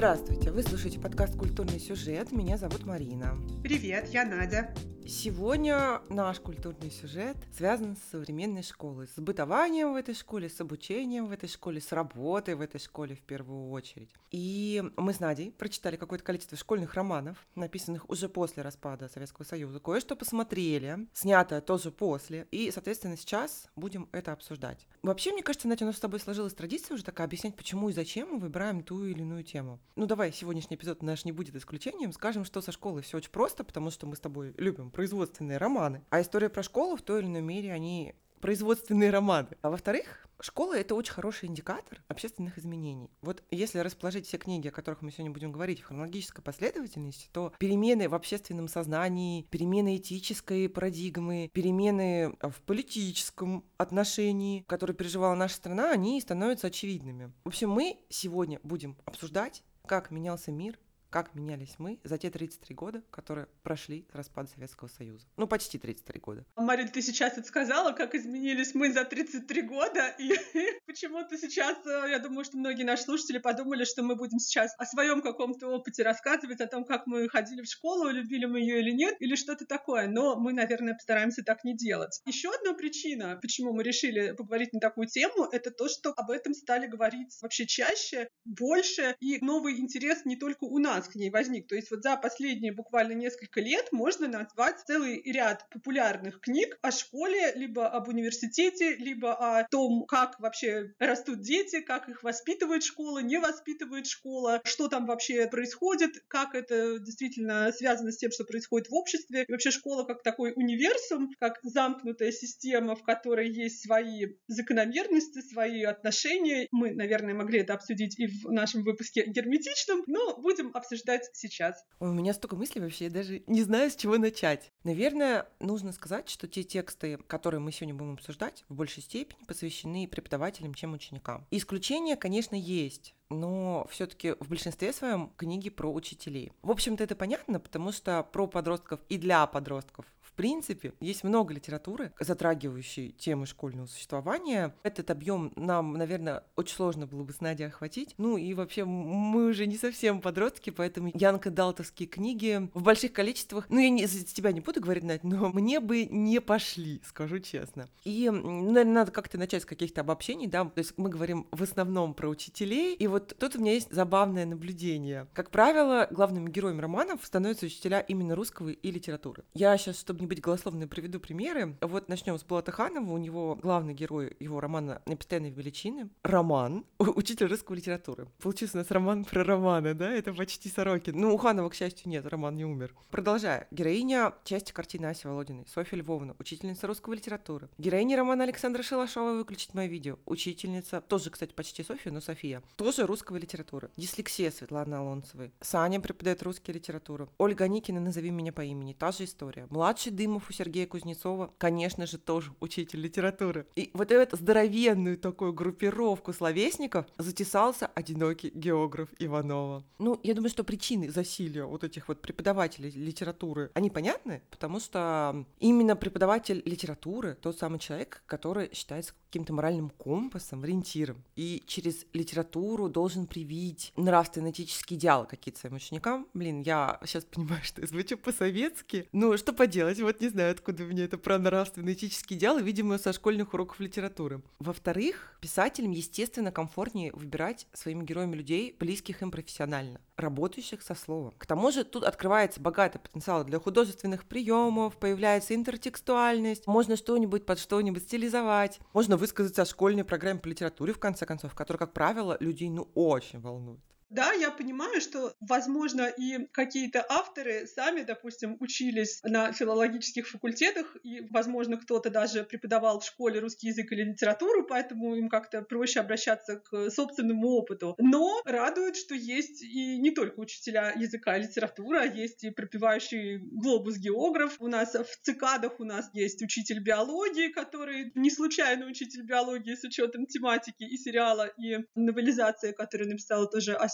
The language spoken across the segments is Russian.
Здравствуйте, вы слушаете подкаст «Культурный сюжет». Меня зовут Марина. Привет, я Надя. Сегодня наш культурный сюжет связан с современной школой, с бытованием в этой школе, с обучением в этой школе, с работой в этой школе в первую очередь. И мы с Надей прочитали какое-то количество школьных романов, написанных уже после распада Советского Союза. Кое-что посмотрели, снятое тоже после, и, соответственно, сейчас будем это обсуждать. Вообще, мне кажется, Надя, у нас с тобой сложилась традиция уже такая объяснять, почему и зачем мы выбираем ту или иную тему. Ну давай, сегодняшний эпизод наш не будет исключением, скажем, что со школой все очень просто, потому что мы с тобой любим производственные романы, а история про школу в той или иной мере, они производственные романы. А во-вторых, школа — это очень хороший индикатор общественных изменений. Вот если расположить все книги, о которых мы сегодня будем говорить, в хронологической последовательности, то перемены в общественном сознании, перемены этической парадигмы, перемены в политическом отношении, которые переживала наша страна, они становятся очевидными. В общем, мы сегодня будем обсуждать, как менялся мир, как менялись мы за те 33 года, которые прошли с распада Советского Союза. Ну, почти 33 года. Марин, ты сейчас это сказала, как изменились мы за 33 года, и почему-то сейчас, я думаю, что многие наши слушатели подумали, что мы будем сейчас о своем каком-то опыте рассказывать, о том, как мы ходили в школу, любили мы ее или нет, или что-то такое, но мы, наверное, постараемся так не делать. Еще одна причина, почему мы решили поговорить на такую тему, это то, что об этом стали говорить вообще чаще, больше, и новый интерес не только у нас к ней возник. То есть вот за последние буквально несколько лет можно назвать целый ряд популярных книг о школе, либо об университете, либо о том, как вообще растут дети, как их воспитывает школа, не воспитывает школа, что там вообще происходит, как это действительно связано с тем, что происходит в обществе. И вообще школа как такой универсум, как замкнутая система, в которой есть свои закономерности, свои отношения. Мы, наверное, могли это обсудить и в нашем выпуске герметичном, но будем обсуждать сейчас. Ой, у меня столько мыслей вообще, я даже не знаю, с чего начать. Наверное, нужно сказать, что те тексты, которые мы сегодня будем обсуждать, в большей степени посвящены преподавателям, чем ученикам. Исключения, конечно, есть, но все-таки в большинстве своем книги про учителей. В общем-то, это понятно, потому что про подростков и для подростков в принципе есть много литературы, затрагивающей тему школьного существования. Этот объем нам, наверное, очень сложно было бы с Надей охватить. Ну и вообще мы уже не совсем подростки, поэтому янко-далтовские книги в больших количествах, ну я за тебя не буду говорить, Надь, но мне бы не пошли, скажу честно. И, наверное, надо как-то начать с каких-то обобщений, да, то есть мы говорим в основном про учителей, и вот тут у меня есть забавное наблюдение. Как правило, главными героями романов становятся учителя именно русского и литературы. Я сейчас, чтобы не быть голословной, приведу примеры. Вот начнем с Булата Ханова. У него главный герой его романа «Непостоянные величины». Роман «Учитель русской литературы». Получился у нас роман про романы, да? Это почти Сорокин. Ну, у Ханова, к счастью, нет, роман не умер. Продолжая. Героиня части картины Аси Володиной. Софья Львовна, учительница русской литературы. Героиня романа Александра Шалашова «Выключить мое видео». Учительница, тоже, кстати, почти Софья, но София. Тоже русского литературы. Дислексия Светланы Алонцевой. Саня преподает русский литературу. Ольга Никина «Назови меня по имени». Та же история. Младший Дымов у Сергея Кузнецова, конечно же, тоже учитель литературы. И вот эту здоровенную такую группировку словесников затесался одинокий географ Иванова. Ну, я думаю, что причины засилия вот этих вот преподавателей литературы, они понятны, потому что именно преподаватель литературы тот самый человек, который считается каким-то моральным компасом, ориентиром, и через литературу должен привить нравственно-этические идеалы какие-то своим ученикам. Блин, я сейчас понимаю, что я звучу по-советски, но что поделать, вот не знаю, откуда мне это про нравственно-этические идеалы, видимо, со школьных уроков литературы. Во-вторых, писателям, естественно, комфортнее выбирать своими героями людей, близких им профессионально, работающих со словом. К тому же тут открывается богатый потенциал для художественных приемов, появляется интертекстуальность, можно что-нибудь под что-нибудь стилизовать, можно высказаться о школьной программе по литературе, в конце концов, которая, как правило, людей, очень волнует. Да, я понимаю, что, возможно, и какие-то авторы сами, допустим, учились на филологических факультетах, и, возможно, кто-то даже преподавал в школе русский язык или литературу, поэтому им как-то проще обращаться к собственному опыту. Но радует, что есть и не только учителя языка и литературы, а есть и пропевающий глобус-географ. У нас в цикадах у нас есть учитель биологии, который не случайно учитель биологии с учетом тематики и сериала, и новелизации, которую написала тоже Ася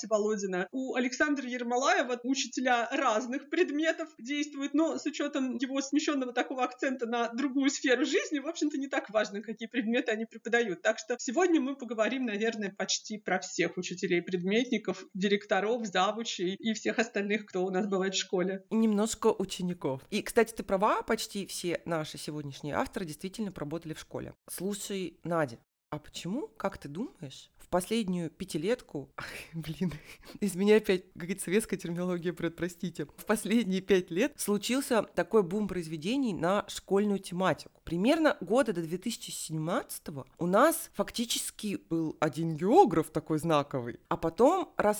Вася Володина. У Александра Ермолаева учителя разных предметов действуют, но с учетом его смещенного такого акцента на другую сферу жизни, в общем-то, не так важно, какие предметы они преподают. Так что сегодня мы поговорим, наверное, почти про всех учителей-предметников, директоров, завучей и всех остальных, кто у нас бывает в школе. И немножко учеников. И, кстати, ты права, почти все наши сегодняшние авторы действительно поработали в школе. Слушай, Надя, а почему, как ты думаешь, в последнюю пятилетку, из меня опять какая-то советская терминология, простите, в последние 5 лет случился такой бум произведений на школьную тематику. Примерно года до 2017-го у нас фактически был один географ такой знаковый, а потом раз,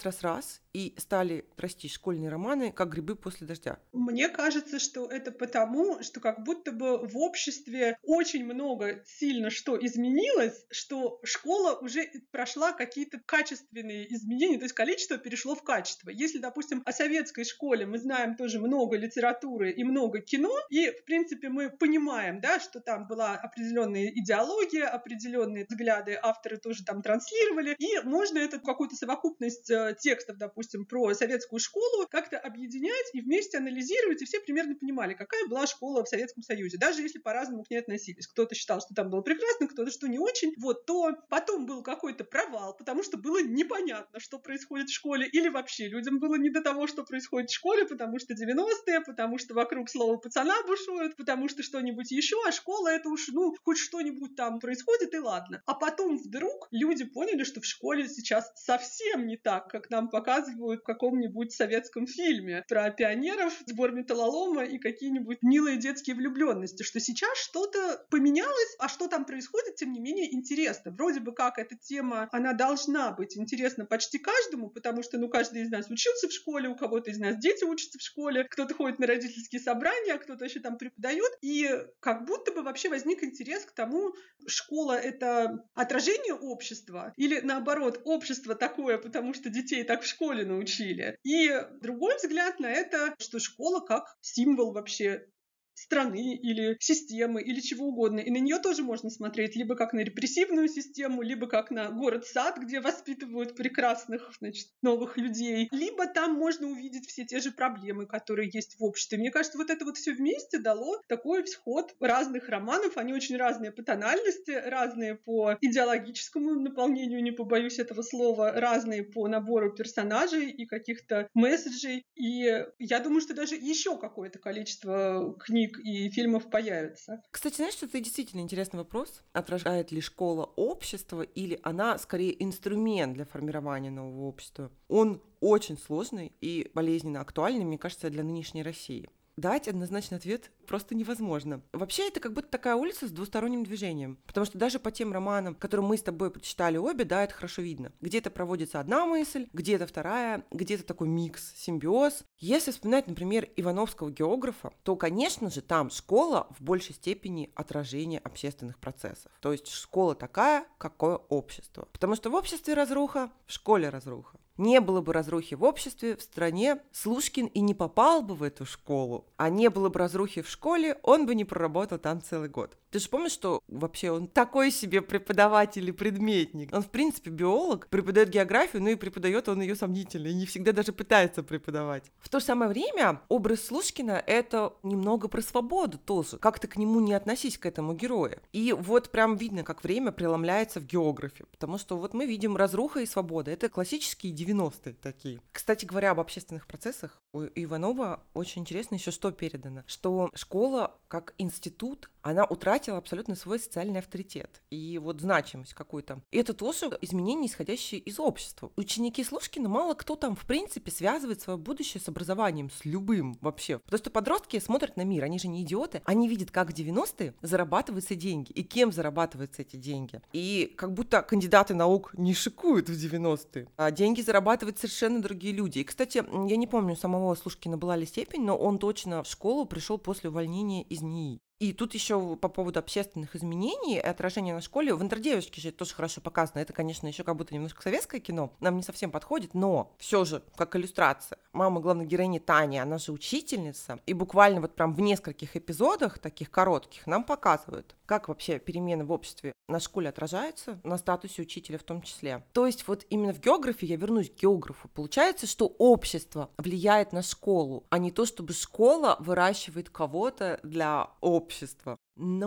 и стали расти школьные романы, как грибы после дождя. Мне кажется, что это потому, что как будто бы в обществе очень много сильно что изменилось, что школа уже прошла какие-то качественные изменения, то есть количество перешло в качество. Если, допустим, о советской школе мы знаем тоже много литературы и много кино, и, в принципе, мы понимаем, да, что там была определенная идеология, определенные взгляды авторы тоже там транслировали, и можно эту какую-то совокупность текстов, допустим, про советскую школу как-то объединять и вместе анализировать, и все примерно понимали, какая была школа в Советском Союзе, даже если по-разному к ней относились. Кто-то считал, что там было прекрасно, кто-то, что не очень. Вот, то потом был какой-то провал, потому что было непонятно, что происходит в школе, или вообще людям было не до того, что происходит в школе, потому что 90-е, потому что вокруг слова пацана бушует, потому что что-нибудь еще, а школа это уж, хоть что-нибудь там происходит, и ладно. А потом вдруг люди поняли, что в школе сейчас совсем не так, как нам показывают в каком-нибудь советском фильме про пионеров, сбор металлолома и какие-нибудь милые детские влюбленности, что сейчас что-то поменялось, а что там происходит, тем не менее, интересно. Вроде бы как эта тема, она должна быть интересна почти каждому, потому что, каждый из нас учился в школе, у кого-то из нас дети учатся в школе, кто-то ходит на родительские собрания, а кто-то еще там преподает, и как будто бы вообще возник интерес к тому, школа — это отражение общества или, наоборот, общество такое, потому что детей так в школе научили. И другой взгляд на это, что школа как символ вообще страны или системы или чего угодно. И на нее тоже можно смотреть либо как на репрессивную систему, либо как на город-сад, где воспитывают прекрасных, новых людей. Либо там можно увидеть все те же проблемы, которые есть в обществе. Мне кажется, вот это вот все вместе дало такой всход разных романов. Они очень разные по тональности, разные по идеологическому наполнению, не побоюсь этого слова, разные по набору персонажей и каких-то месседжей. И я думаю, что даже еще какое-то количество книг и фильмов появится. Кстати, знаешь, что это действительно интересный вопрос. Отражает ли школа общество или она скорее инструмент для формирования нового общества? Он очень сложный и болезненно актуальный, мне кажется, для нынешней России. Дать однозначный ответ просто невозможно. Вообще, это как будто такая улица с двусторонним движением. Потому что даже по тем романам, которые мы с тобой прочитали обе, да, это хорошо видно. Где-то проводится одна мысль, где-то вторая, где-то такой микс, симбиоз. Если вспоминать, например, Ивановского географа, то, конечно же, там школа в большей степени отражение общественных процессов. То есть школа такая, какое общество. Потому что в обществе разруха, в школе разруха. Не было бы разрухи в обществе, в стране, Слушкин и не попал бы в эту школу. А не было бы разрухи в школе, он бы не проработал там целый год. Ты же помнишь, что вообще он такой себе преподаватель и предметник? Он, в принципе, биолог, преподает географию, но и преподает он ее сомнительно, и не всегда даже пытается преподавать. В то же самое время образ Слушкина — это немного про свободу тоже. Как ты к нему не относись, к этому герою. И вот прям видно, как время преломляется в географе, потому что вот мы видим разруха и свобода. Это классические 90-е такие. Кстати говоря, об общественных процессах, у Иванова очень интересно еще что передано, что школа как институт, она утратила абсолютно свой социальный авторитет и вот значимость какую-то. И это тоже изменения, исходящие из общества. Ученики Слушкина мало кто там, в принципе, связывает свое будущее с образованием, с любым вообще. Потому что подростки смотрят на мир, они же не идиоты, они видят, как в 90-е зарабатываются деньги и кем зарабатываются эти деньги. И как будто кандидаты наук не шикуют в 90-е, а деньги зарабатывают совершенно другие люди. И, кстати, я не помню самого Слушкина была ли степень, но он точно в школу пришел после увольнения из НИИ. И тут еще по поводу общественных изменений и отражения на школе. В «Интердевочке» же это тоже хорошо показано. Это, конечно, еще как будто немножко советское кино. Нам не совсем подходит, но все же, как иллюстрация. Мама главной героини Таня, она же учительница. И буквально вот прям в нескольких эпизодах, таких коротких, нам показывают, как вообще перемены в обществе на школе отражаются, на статусе учителя в том числе. То есть вот именно в географии, я вернусь к географу, получается, что общество влияет на школу, а не то, чтобы школа выращивает кого-то для общества.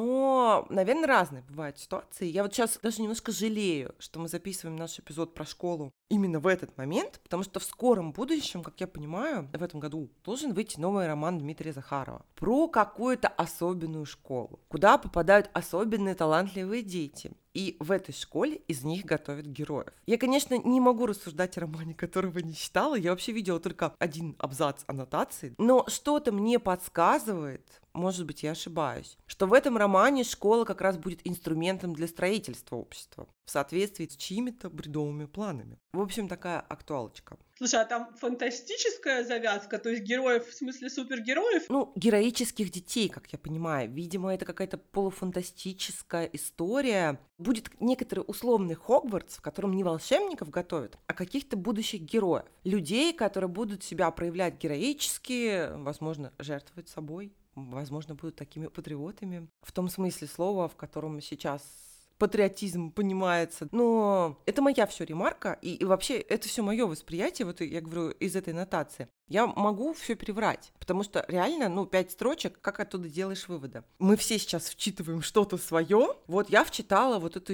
Но, наверное, разные бывают ситуации. Я вот сейчас даже немножко жалею, что мы записываем наш эпизод про школу именно в этот момент, потому что в скором будущем, как я понимаю, в этом году должен выйти новый роман Дмитрия Захарова про какую-то особенную школу, куда попадают особенные талантливые дети. И в этой школе из них готовят героев. Я, конечно, не могу рассуждать о романе, которого не читала. Я вообще видела только один абзац аннотации. Но что-то мне подсказывает, может быть, я ошибаюсь, что в этом романе школа как раз будет инструментом для строительства общества в соответствии с чьими-то бредовыми планами. В общем, такая актуалочка. Слушай, а там фантастическая завязка, то есть героев, в смысле супергероев? Ну, героических детей, как я понимаю. Видимо, это какая-то полуфантастическая история. Будет некоторый условный Хогвартс, в котором не волшебников готовят, а каких-то будущих героев. Людей, которые будут себя проявлять героически, возможно, жертвовать собой, возможно, будут такими патриотами. В том смысле слова, в котором сейчас патриотизм понимается. Но это моя все ремарка, и вообще это все мое восприятие, вот я говорю, из этой нотации. Я могу все переврать, потому что реально, 5 строчек, как оттуда делаешь выводы. Мы все сейчас вчитываем что-то свое. Вот я вчитала вот эту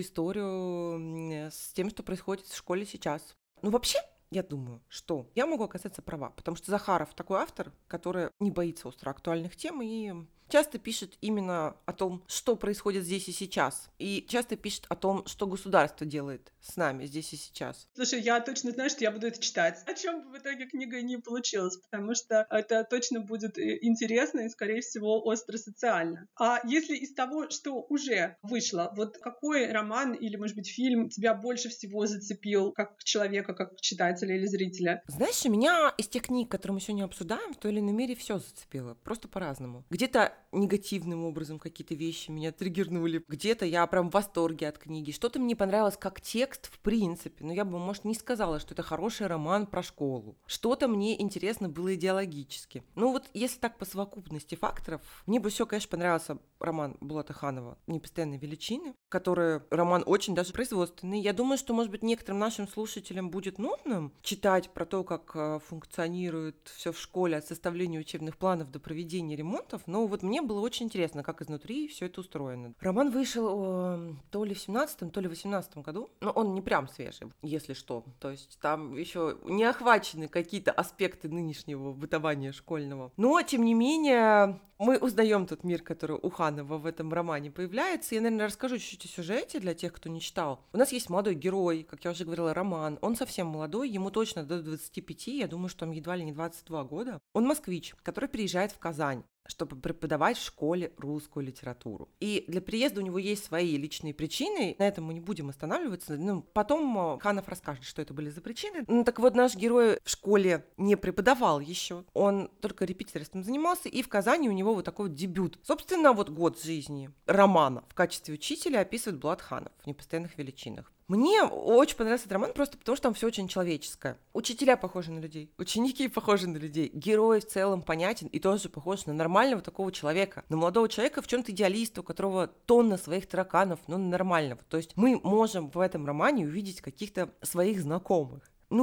историю с тем, что происходит в школе сейчас. Вообще, я думаю, что я могу оказаться права, потому что Захаров такой автор, который не боится остроактуальных тем и часто пишет именно о том, что происходит здесь и сейчас. И часто пишет о том, что государство делает с нами здесь и сейчас. Слушай, я точно знаю, что я буду это читать. О чем бы в итоге книга не получилась, потому что это точно будет интересно и, скорее всего, остро-социально. А если из того, что уже вышло, вот какой роман или, может быть, фильм тебя больше всего зацепил как человека, как читателя или зрителя? Знаешь, меня из тех книг, которые мы сегодня обсуждаем, в той или иной мере все зацепило. Просто по-разному. Где-то негативным образом какие-то вещи меня триггернули. Где-то я прям в восторге от книги. Что-то мне понравилось как текст в принципе. Но я бы, может, не сказала, что это хороший роман про школу. Что-то мне интересно было идеологически. Вот если так по совокупности факторов, мне бы все, конечно, понравился роман Булата Ханова «Непостоянные величины», который роман очень даже производственный. Я думаю, что, может быть, некоторым нашим слушателям будет нудным читать про то, как функционирует все в школе от составления учебных планов до проведения ремонтов, но вот мне было очень интересно, как изнутри все это устроено. Роман вышел то ли в 17-м, то ли в 18-м году, но он не прям свежий, если что. То есть там еще не охвачены какие-то аспекты нынешнего бытования школьного. Но, тем не менее, мы узнаем тот мир, который у Ханова в этом романе появляется. Я, наверное, расскажу чуть-чуть о сюжете для тех, кто не читал. У нас есть молодой герой, как я уже говорила, Роман. Он совсем молодой, ему точно до 25, я думаю, что там едва ли не 22 года. Он москвич, который переезжает в Казань, чтобы преподавать в школе русскую литературу. И для переезда у него есть свои личные причины, на этом мы не будем останавливаться, потом Ханов расскажет, что это были за причины. Так вот, наш герой в школе не преподавал еще, он только репетиторством занимался, и в Казани у него вот такой вот дебют. Собственно, вот год жизни Романа в качестве учителя описывает Булат Ханов в «Непостоянных величинах». Мне очень понравился этот роман просто потому, что там все очень человеческое. Учителя похожи на людей, ученики похожи на людей, герой в целом понятен и тоже похож на нормального такого человека, на молодого человека, в чем-то идеалиста, у которого тонна своих тараканов, но нормального. То есть мы можем в этом романе увидеть каких-то своих знакомых.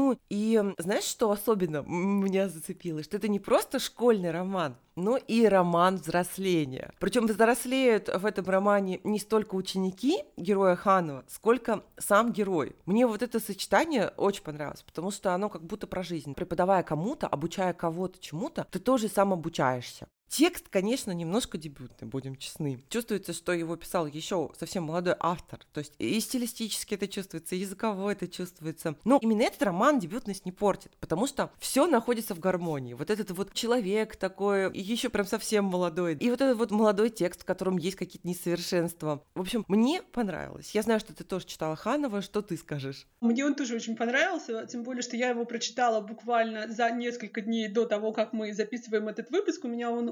И знаешь, что особенно меня зацепило? Что это не просто школьный роман, но и роман взросления. Причем взрослеют в этом романе не столько ученики героя Ханова, сколько сам герой. Мне вот это сочетание очень понравилось, потому что оно как будто про жизнь. Преподавая кому-то, обучая кого-то чему-то, ты тоже сам обучаешься. Текст, конечно, немножко дебютный, будем честны. Чувствуется, что его писал еще совсем молодой автор. То есть и стилистически это чувствуется, и языково это чувствуется. Но именно этот роман дебютность не портит, потому что все находится в гармонии. Вот этот вот человек такой, еще прям совсем молодой. И вот этот вот молодой текст, в котором есть какие-то несовершенства. В общем, мне понравилось. Я знаю, что ты тоже читала Ханова. Что ты скажешь? Мне он тоже очень понравился, тем более, что я его прочитала буквально за несколько дней до того, как мы записываем этот выпуск. У меня он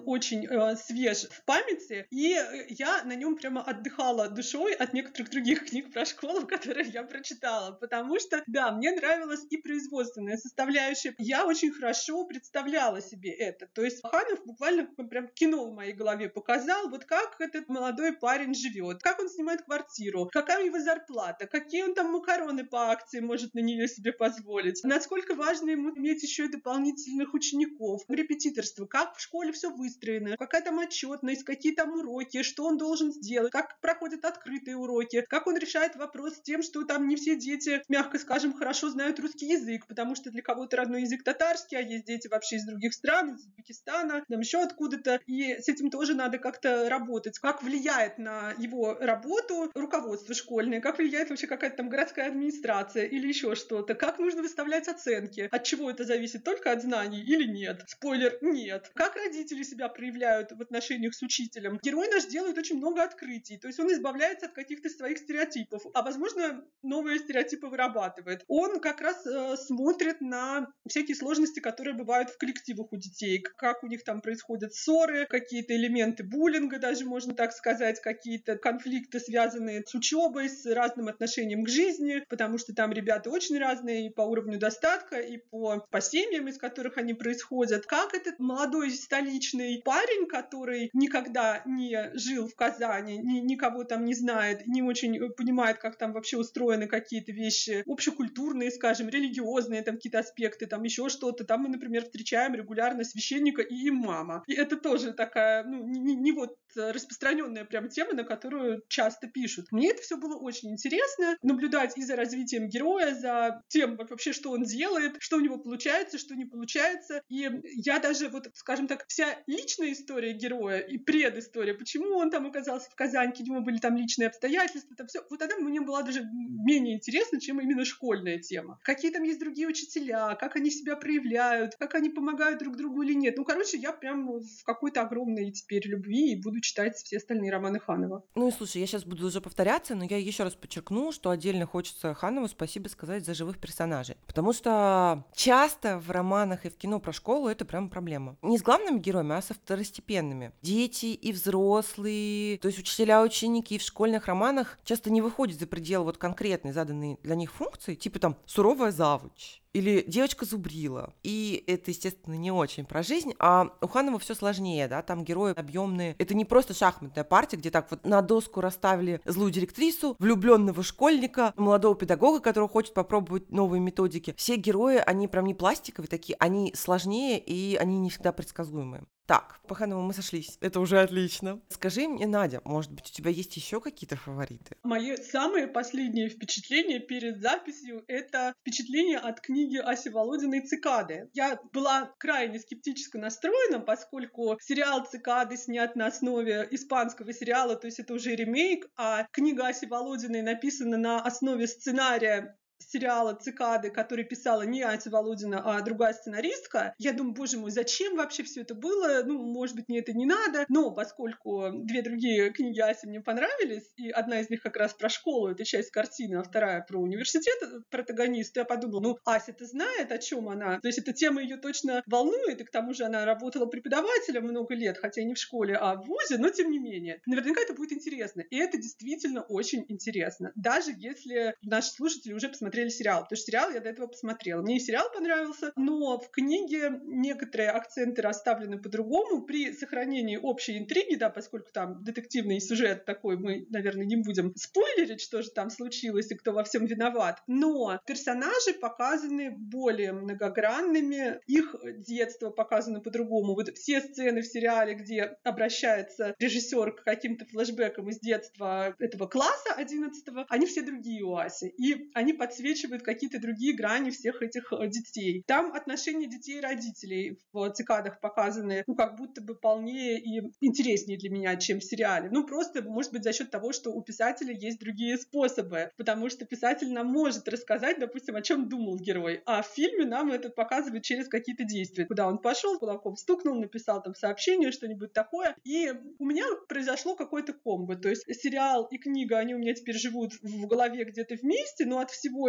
он очень свеж в памяти, и я на нем прямо отдыхала душой от некоторых других книг про школу, которые я прочитала, потому что, да, мне нравилась и производственная составляющая. Я очень хорошо представляла себе это. То есть Ханов буквально прям кино в моей голове показал, вот как этот молодой парень живет, как он снимает квартиру, какая его зарплата, какие он там макароны по акции может на нее себе позволить, насколько важно ему иметь еще и дополнительных учеников, репетиторство, как в школе все выстроено, какая там отчетность, какие там уроки, что он должен сделать, как проходят открытые уроки, как он решает вопрос с тем, что там не все дети, мягко скажем, хорошо знают русский язык, потому что для кого-то родной язык татарский, а есть дети вообще из других стран, из Узбекистана, там еще откуда-то, и с этим тоже надо как-то работать. Как влияет на его работу руководство школьное, как влияет вообще какая-то там городская администрация или еще что-то, как нужно выставлять оценки, от чего это зависит, только от знаний или нет. Спойлер, нет. Как родители себя проявляют в отношениях с учителем. Герой наш делает очень много открытий, то есть он избавляется от каких-то своих стереотипов, а возможно новые стереотипы вырабатывает. Он как раз смотрит на всякие сложности, которые бывают в коллективах у детей, как у них там происходят ссоры, какие-то элементы буллинга, даже можно так сказать, какие-то конфликты, связанные с учебой, с разным отношением к жизни, потому что там ребята очень разные и по уровню достатка, и по семьям, из которых они происходят. Как этот молодой столичный парень, который никогда не жил в Казани, никого там не знает, не очень понимает, как там вообще устроены какие-то вещи общекультурные, скажем, религиозные там какие-то аспекты, там еще что-то. Там мы, например, встречаем регулярно священника и имама. И это тоже такая, не вот распространенная прям тема, на которую часто пишут. Мне это все было очень интересно, наблюдать и за развитием героя, за тем вообще, что он делает, что у него получается, что не получается. И я даже, вот, скажем так, вся личная история героя и предыстория, почему он там оказался в Казани, какие у него были там личные обстоятельства, там все, вот тогда мне была даже менее интересна, чем именно школьная тема. Какие там есть другие учителя, как они себя проявляют, как они помогают друг другу или нет. Ну, короче, я прям в какой-то огромной теперь любви и буду читать все остальные романы Ханова. Ну и слушай, я сейчас буду уже повторяться, но я еще раз подчеркну, что отдельно хочется Ханову спасибо сказать за живых персонажей. Потому что часто в романах и в кино про школу это прям проблема. Не с главными героями, а со второстепенными. Дети и взрослые, то есть учителя, ученики в школьных романах часто не выходят за пределы вот конкретной заданной для них функции, типа там суровая завуч или девочка зубрила. И это, естественно, не очень про жизнь, а у Ханова все сложнее, да, там герои объемные. Это не просто шахматная партия, где так вот на доску расставили злую директрису, влюбленного школьника, молодого педагога, который хочет попробовать новые методики. Все герои, они прям не пластиковые такие, они сложнее и они не всегда предсказуемые. Так, по Ханову мы сошлись. Это уже отлично. Скажи мне, Надя, может быть, у тебя есть еще какие-то фавориты? Мои самые последние впечатления перед записью — это впечатление от книги Аси Володиной «Цикады». Я была крайне скептически настроена, поскольку сериал «Цикады» снят на основе испанского сериала, то есть это уже ремейк, а книга Аси Володиной написана на основе сценария сериала «Цикады», который писала не Ася Володина, а другая сценаристка. Я думаю, боже мой, зачем вообще все это было? Ну, может быть, мне это не надо. Но поскольку две другие книги Аси мне понравились, и одна из них как раз про школу, это часть картины, а вторая про университет, протагонист, я подумала, ну, Ася-то знает, о чем она. То есть эта тема ее точно волнует, и к тому же она работала преподавателем много лет, хотя и не в школе, а в вузе, но тем не менее. Наверняка это будет интересно. И это действительно очень интересно. Даже если наши слушатели уже посмотрели сериал, потому что сериал я до этого посмотрела. Мне и сериал понравился, но в книге некоторые акценты расставлены по-другому при сохранении общей интриги, да, поскольку там детективный сюжет такой, мы, наверное, не будем спойлерить, что же там случилось и кто во всем виноват, но персонажи показаны более многогранными, их детство показано по-другому. Вот все сцены в сериале, где обращается режиссер к каким-то флешбекам из детства этого класса 11-го, они все другие у Аси, и они подсвечивают какие-то другие грани всех этих детей. Там отношения детей и родителей в «Цикадах» показаны, ну, как будто бы полнее и интереснее для меня, чем в сериале. Ну, просто, может быть, за счет того, что у писателя есть другие способы, потому что писатель нам может рассказать, допустим, о чем думал герой, а в фильме нам это показывает через какие-то действия. Куда он пошел, кулаком стукнул, написал там сообщение, что-нибудь такое. И у меня произошло какое-то комбо. То есть сериал и книга, они у меня теперь живут в голове где-то вместе, но от всего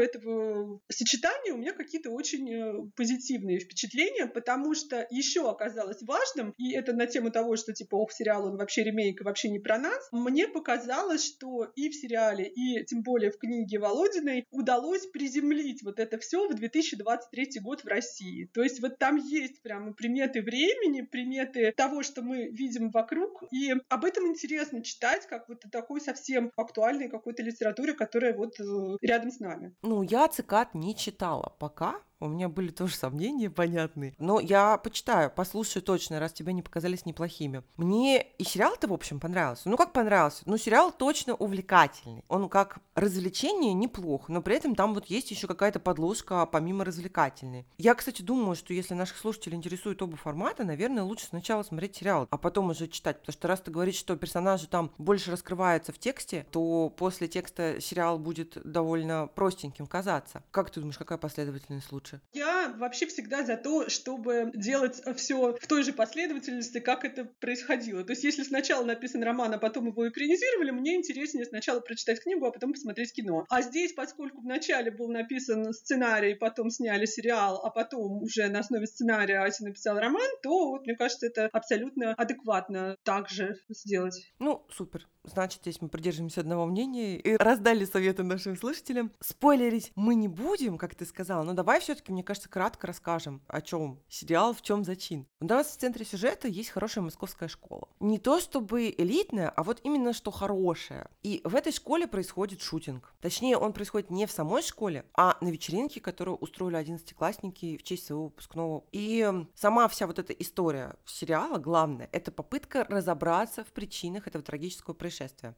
этого сочетания у меня какие-то очень позитивные впечатления, потому что еще оказалось важным, и это на тему того, что типа, сериал, он вообще ремейк, и вообще не про нас, мне показалось, что и в сериале, и тем более в книге Володиной удалось приземлить вот это все в 2023 год в России. То есть вот там есть прямо приметы времени, приметы того, что мы видим вокруг, и об этом интересно читать, как вот о такой совсем актуальной какой-то литературе, которая вот рядом с нами. Ну, я «Цикад» не читала пока. У меня были тоже сомнения понятные. Но я почитаю, послушаю точно, раз тебе не показались неплохими. Мне и сериал-то, в общем, понравился. Ну, как понравился? Ну, сериал точно увлекательный. Он как развлечение неплох, но при этом там вот есть еще какая-то подложка помимо развлекательной. Я, кстати, думаю, что если наших слушателей интересуют оба формата, наверное, лучше сначала смотреть сериал, а потом уже читать. Потому что раз ты говоришь, что персонажи там больше раскрываются в тексте, то после текста сериал будет довольно простеньким казаться. Как ты думаешь, какая последовательность лучше? Я вообще всегда за то, чтобы делать все в той же последовательности, как это происходило. То есть если сначала написан роман, а потом его экранизировали, мне интереснее сначала прочитать книгу, а потом посмотреть кино. А здесь, поскольку вначале был написан сценарий, потом сняли сериал, а потом уже на основе сценария Ася написал роман, то вот, мне кажется, это абсолютно адекватно также сделать. Ну, супер. Значит, здесь мы придерживаемся одного мнения и раздали советы нашим слушателям. Спойлерить мы не будем, как ты сказала, но давай все-таки, мне кажется, кратко расскажем, о чем сериал, в чем зачин. У нас в центре сюжета есть хорошая московская школа. Не то чтобы элитная, а вот именно что хорошая. И в этой школе происходит шутинг. Точнее, он происходит не в самой школе, а на вечеринке, которую устроили 11-классники в честь своего выпускного. И сама вся вот эта история сериала, главное, это попытка разобраться в причинах этого трагического происшествия.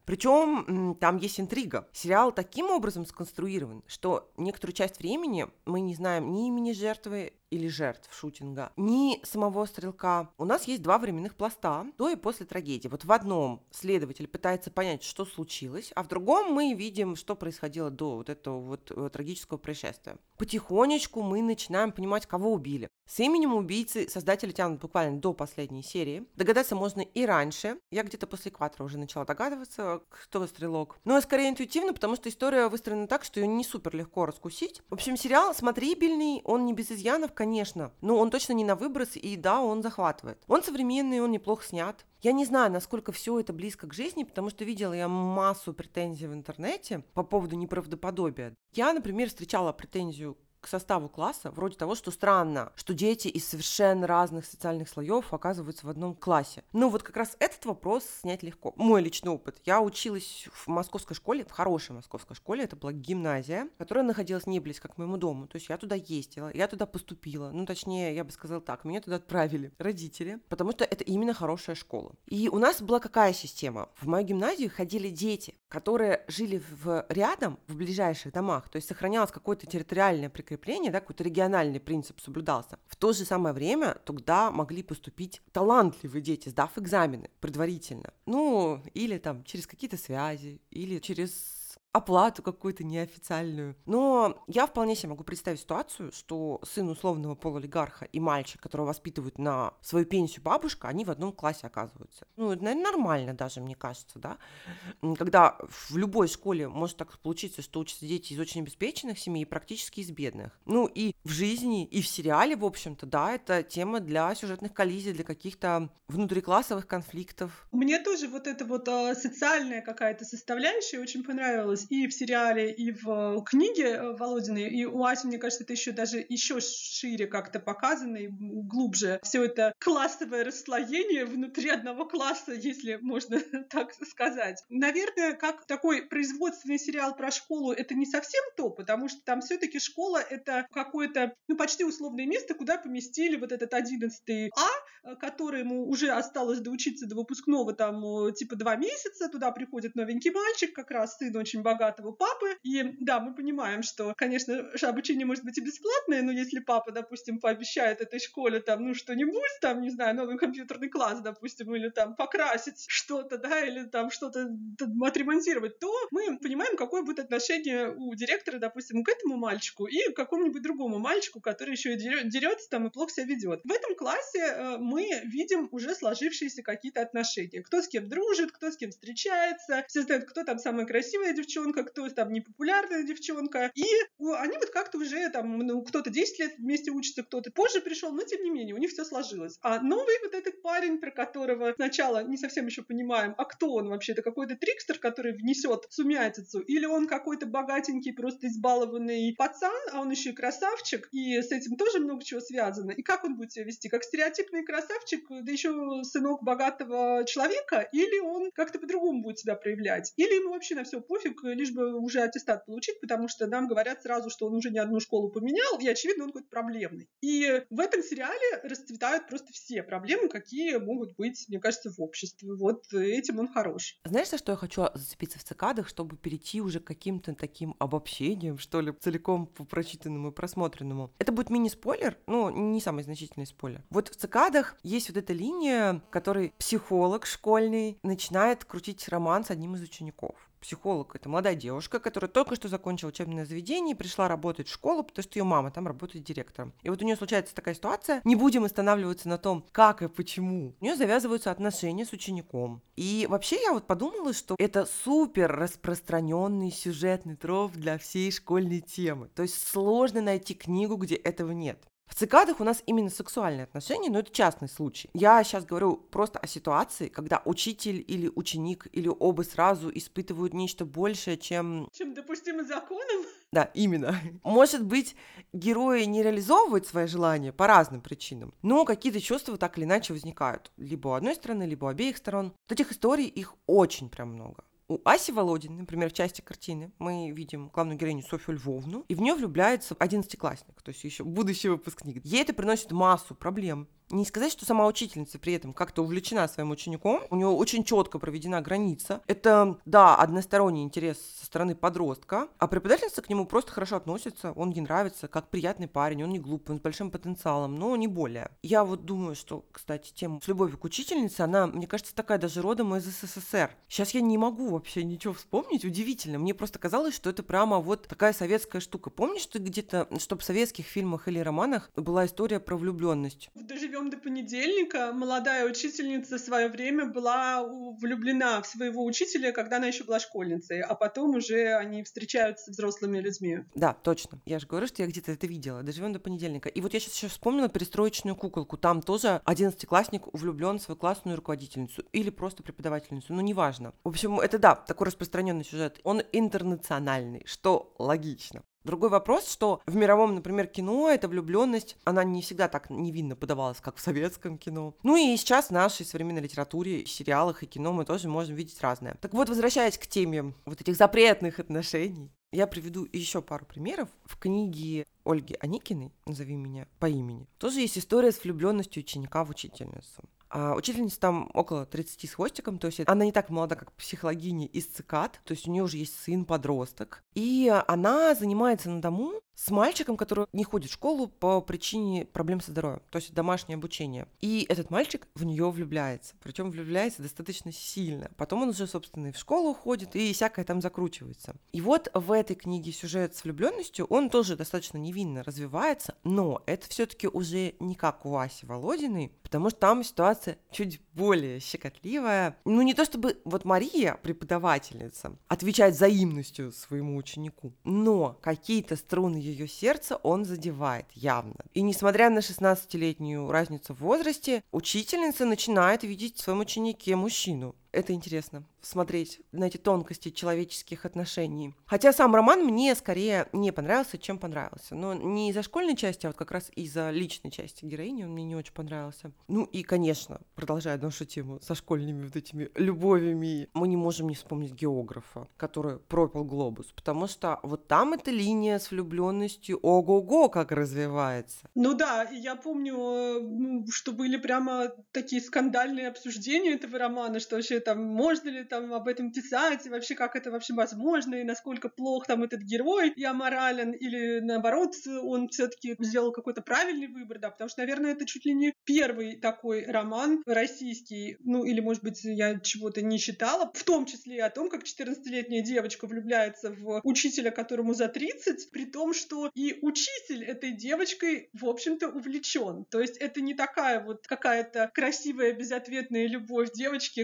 Причем там есть интрига. Сериал таким образом сконструирован, что некоторую часть времени мы не знаем ни имени жертвы или жертв шутинга, ни самого стрелка. У нас есть два временных пласта до и после трагедии. Вот в одном следователь пытается понять, что случилось, а в другом мы видим, что происходило до вот этого вот трагического происшествия. Потихонечку мы начинаем понимать, кого убили. С именем убийцы создатели тянут буквально до последней серии. Догадаться можно и раньше. Я где-то после экватора уже начала догадываться, кто стрелок. Но скорее интуитивно, потому что история выстроена так, что ее не супер легко раскусить. В общем, сериал смотрибельный, он не без изъянов, конечно, но он точно не на выброс, и да, он захватывает. Он современный, он неплохо снят. Я не знаю, насколько все это близко к жизни, потому что видела я массу претензий в интернете по поводу неправдоподобия. Я, например, встречала претензию к составу класса, вроде того, что странно, что дети из совершенно разных социальных слоев оказываются в одном классе. Ну вот как раз этот вопрос снять легко. Мой личный опыт. Я училась в московской школе, в хорошей московской школе, это была гимназия, которая находилась не близко к моему дому. То есть я туда ездила, я туда поступила. Ну точнее, я бы сказала так, меня туда отправили родители, потому что это именно хорошая школа. И у нас была какая система? В мою гимназию ходили дети, которые жили рядом, в ближайших домах, то есть сохранялось какое-то территориальное прикрепление, да, какой-то региональный принцип соблюдался. В то же самое время туда могли поступить талантливые дети, сдав экзамены предварительно. Ну, или там через какие-то связи, или через оплату какую-то неофициальную. Но я вполне себе могу представить ситуацию, что сын условного полуолигарха и мальчик, которого воспитывают на свою пенсию бабушка, они в одном классе оказываются. Ну, это, наверное, нормально даже, мне кажется, да? Когда в любой школе может так получиться, что учатся дети из очень обеспеченных семей и практически из бедных. Ну, и в жизни, и в сериале, в общем-то, да, это тема для сюжетных коллизий, для каких-то внутриклассовых конфликтов. Мне тоже вот эта вот социальная какая-то составляющая очень понравилась и в сериале, и в книге Володиной. И у Аси, мне кажется, это еще шире как-то показано и глубже. Все это классовое расслоение внутри одного класса, если можно так сказать. Наверное, как такой производственный сериал про школу, это не совсем то, потому что там все-таки школа — это какое-то, ну, почти условное место, куда поместили вот этот 11 А, которому уже осталось доучиться до выпускного там типа 2 месяца, туда приходит новенький мальчик, как раз сын очень богатого папы, и да, мы понимаем, что, конечно, обучение может быть и бесплатное, но если папа, допустим, пообещает этой школе там, ну, что-нибудь, там, не знаю, новый компьютерный класс, допустим, или там покрасить что-то, да, или там что-то отремонтировать, то мы понимаем, какое будет отношение у директора, допустим, к этому мальчику и к какому-нибудь другому мальчику, который еще и дерется там и плохо себя ведет. В этом классе мы видим уже сложившиеся какие-то отношения. Кто с кем дружит, кто с кем встречается, все знают, кто там самая красивая девчонка, девчонка, кто там непопулярная девчонка. И они вот как-то уже там, кто-то 10 лет вместе учится, кто-то позже пришел, но тем не менее, у них все сложилось. А новый вот этот парень, про которого сначала не совсем еще понимаем, а кто он вообще? Это какой-то трикстер, который внесет сумятицу? Или он какой-то богатенький, просто избалованный пацан, а он еще и красавчик, и с этим тоже много чего связано. И как он будет себя вести? Как стереотипный красавчик, да еще сынок богатого человека? Или он как-то по-другому будет себя проявлять? Или ему вообще на все пофиг, лишь бы уже аттестат получить, потому что нам говорят сразу, что он уже не одну школу поменял, и, очевидно, он какой-то проблемный. И в этом сериале расцветают просто все проблемы, какие могут быть, мне кажется, в обществе. Вот этим он хорош. Знаешь, за что я хочу зацепиться в цикадах, чтобы перейти уже к каким-то таким обобщениям, что ли, целиком по прочитанному и просмотренному? Это будет мини-спойлер, ну, не самый значительный спойлер. Вот в цикадах есть вот эта линия, в которой психолог школьный начинает крутить роман с одним из учеников. Психолог — это молодая девушка, которая только что закончила учебное заведение и пришла работать в школу, потому что ее мама там работает директором. И вот у нее случается такая ситуация, не будем останавливаться на том, как и почему. У нее завязываются отношения с учеником. И вообще я вот подумала, что это супер распространенный сюжетный троп для всей школьной темы. То есть сложно найти книгу, где этого нет. В цикадах у нас именно сексуальные отношения, но это частный случай. Я сейчас говорю просто о ситуации, когда учитель или ученик, или оба сразу испытывают нечто большее, чем допустимо законом. Да, именно. Может быть, герои не реализовывают свои желания по разным причинам, но какие-то чувства так или иначе возникают. Либо у одной стороны, либо у обеих сторон. Вот этих историй их очень прям много. У Аси Володиной, например, в части картины мы видим главную героиню Софью Львовну, и в нее влюбляется 11-классник, то есть еще будущий выпускник. Ей это приносит массу проблем. Не сказать, что сама учительница при этом как-то увлечена своим учеником, у нее очень четко проведена граница. Это, да, односторонний интерес со стороны подростка, а преподавательница к нему просто хорошо относится, он ей нравится, как приятный парень, он не глупый, он с большим потенциалом, но не более. Я вот думаю, что, кстати, тема с любовью к учительнице, она, мне кажется, такая даже родом из СССР. Сейчас я не могу вообще ничего вспомнить, удивительно, мне просто казалось, что это прямо вот такая советская штука. Помнишь ты где-то, что в советских фильмах или романах была история про влюбленность? «Доживем до понедельника» молодая учительница в свое время была влюблена в своего учителя, когда она еще была школьницей, а потом уже они встречаются с взрослыми людьми. Да, точно. Я же говорю, что я где-то это видела. «Доживем до понедельника». И вот я сейчас еще вспомнила «Перестроечную куколку». Там тоже 11-классник влюблен в свою классную руководительницу или просто преподавательницу, ну неважно. В общем, это да, такой распространенный сюжет. Он интернациональный, что логично. Другой вопрос, что в мировом, например, кино эта влюбленность, она не всегда так невинно подавалась, как в советском кино. Ну и сейчас в нашей современной литературе, сериалах и кино мы тоже можем видеть разное. Так вот, возвращаясь к теме вот этих запретных отношений, я приведу еще пару примеров. В книге Ольги Аникиной «Назови меня по имени» тоже есть история с влюбленностью ученика в учительницу. Учительница там около 30 с хвостиком, то есть она не так молода, как психологиня из цикад, то есть у нее уже есть сын-подросток, и она занимается на дому с мальчиком, который не ходит в школу по причине проблем со здоровьем, то есть домашнее обучение. И этот мальчик в нее влюбляется, причем влюбляется достаточно сильно. Потом он уже, собственно, и в школу ходит, и всякое там закручивается. И вот в этой книге сюжет с влюбленностью, он тоже достаточно невинно развивается, но это все-таки уже не как у Аси Володиной, потому что там ситуация чуть более щекотливая. Ну, не то чтобы вот Мария, преподавательница, отвечает взаимностью своему ученику, но какие-то струны ее сердца он задевает явно. И несмотря на 16-летнюю разницу в возрасте, учительница начинает видеть в своем ученике мужчину. Это интересно, смотреть на эти тонкости человеческих отношений. Хотя сам роман мне скорее не понравился, чем понравился. Но не из-за школьной части, а вот как раз из-за личной части героини он мне не очень понравился. Ну и, конечно, продолжая нашу тему со школьными вот этими любовями, мы не можем не вспомнить географа, который пропил глобус, потому что вот там эта линия с влюбленностью ого-го как развивается. Ну да, и я помню, что были прямо такие скандальные обсуждения этого романа, что вообще там можно ли там об этом писать, и вообще как это вообще возможно, и насколько плох там этот герой, и аморален, или наоборот, он все-таки сделал какой-то правильный выбор, да, потому что, наверное, это чуть ли не первый такой роман российский, ну или, может быть, я чего-то не читала, в том числе и о том, как 14-летняя девочка влюбляется в учителя, которому за 30, при том, что и учитель этой девочкой, в общем-то, увлечен. То есть это не такая вот какая-то красивая безответная любовь девочки к взрослому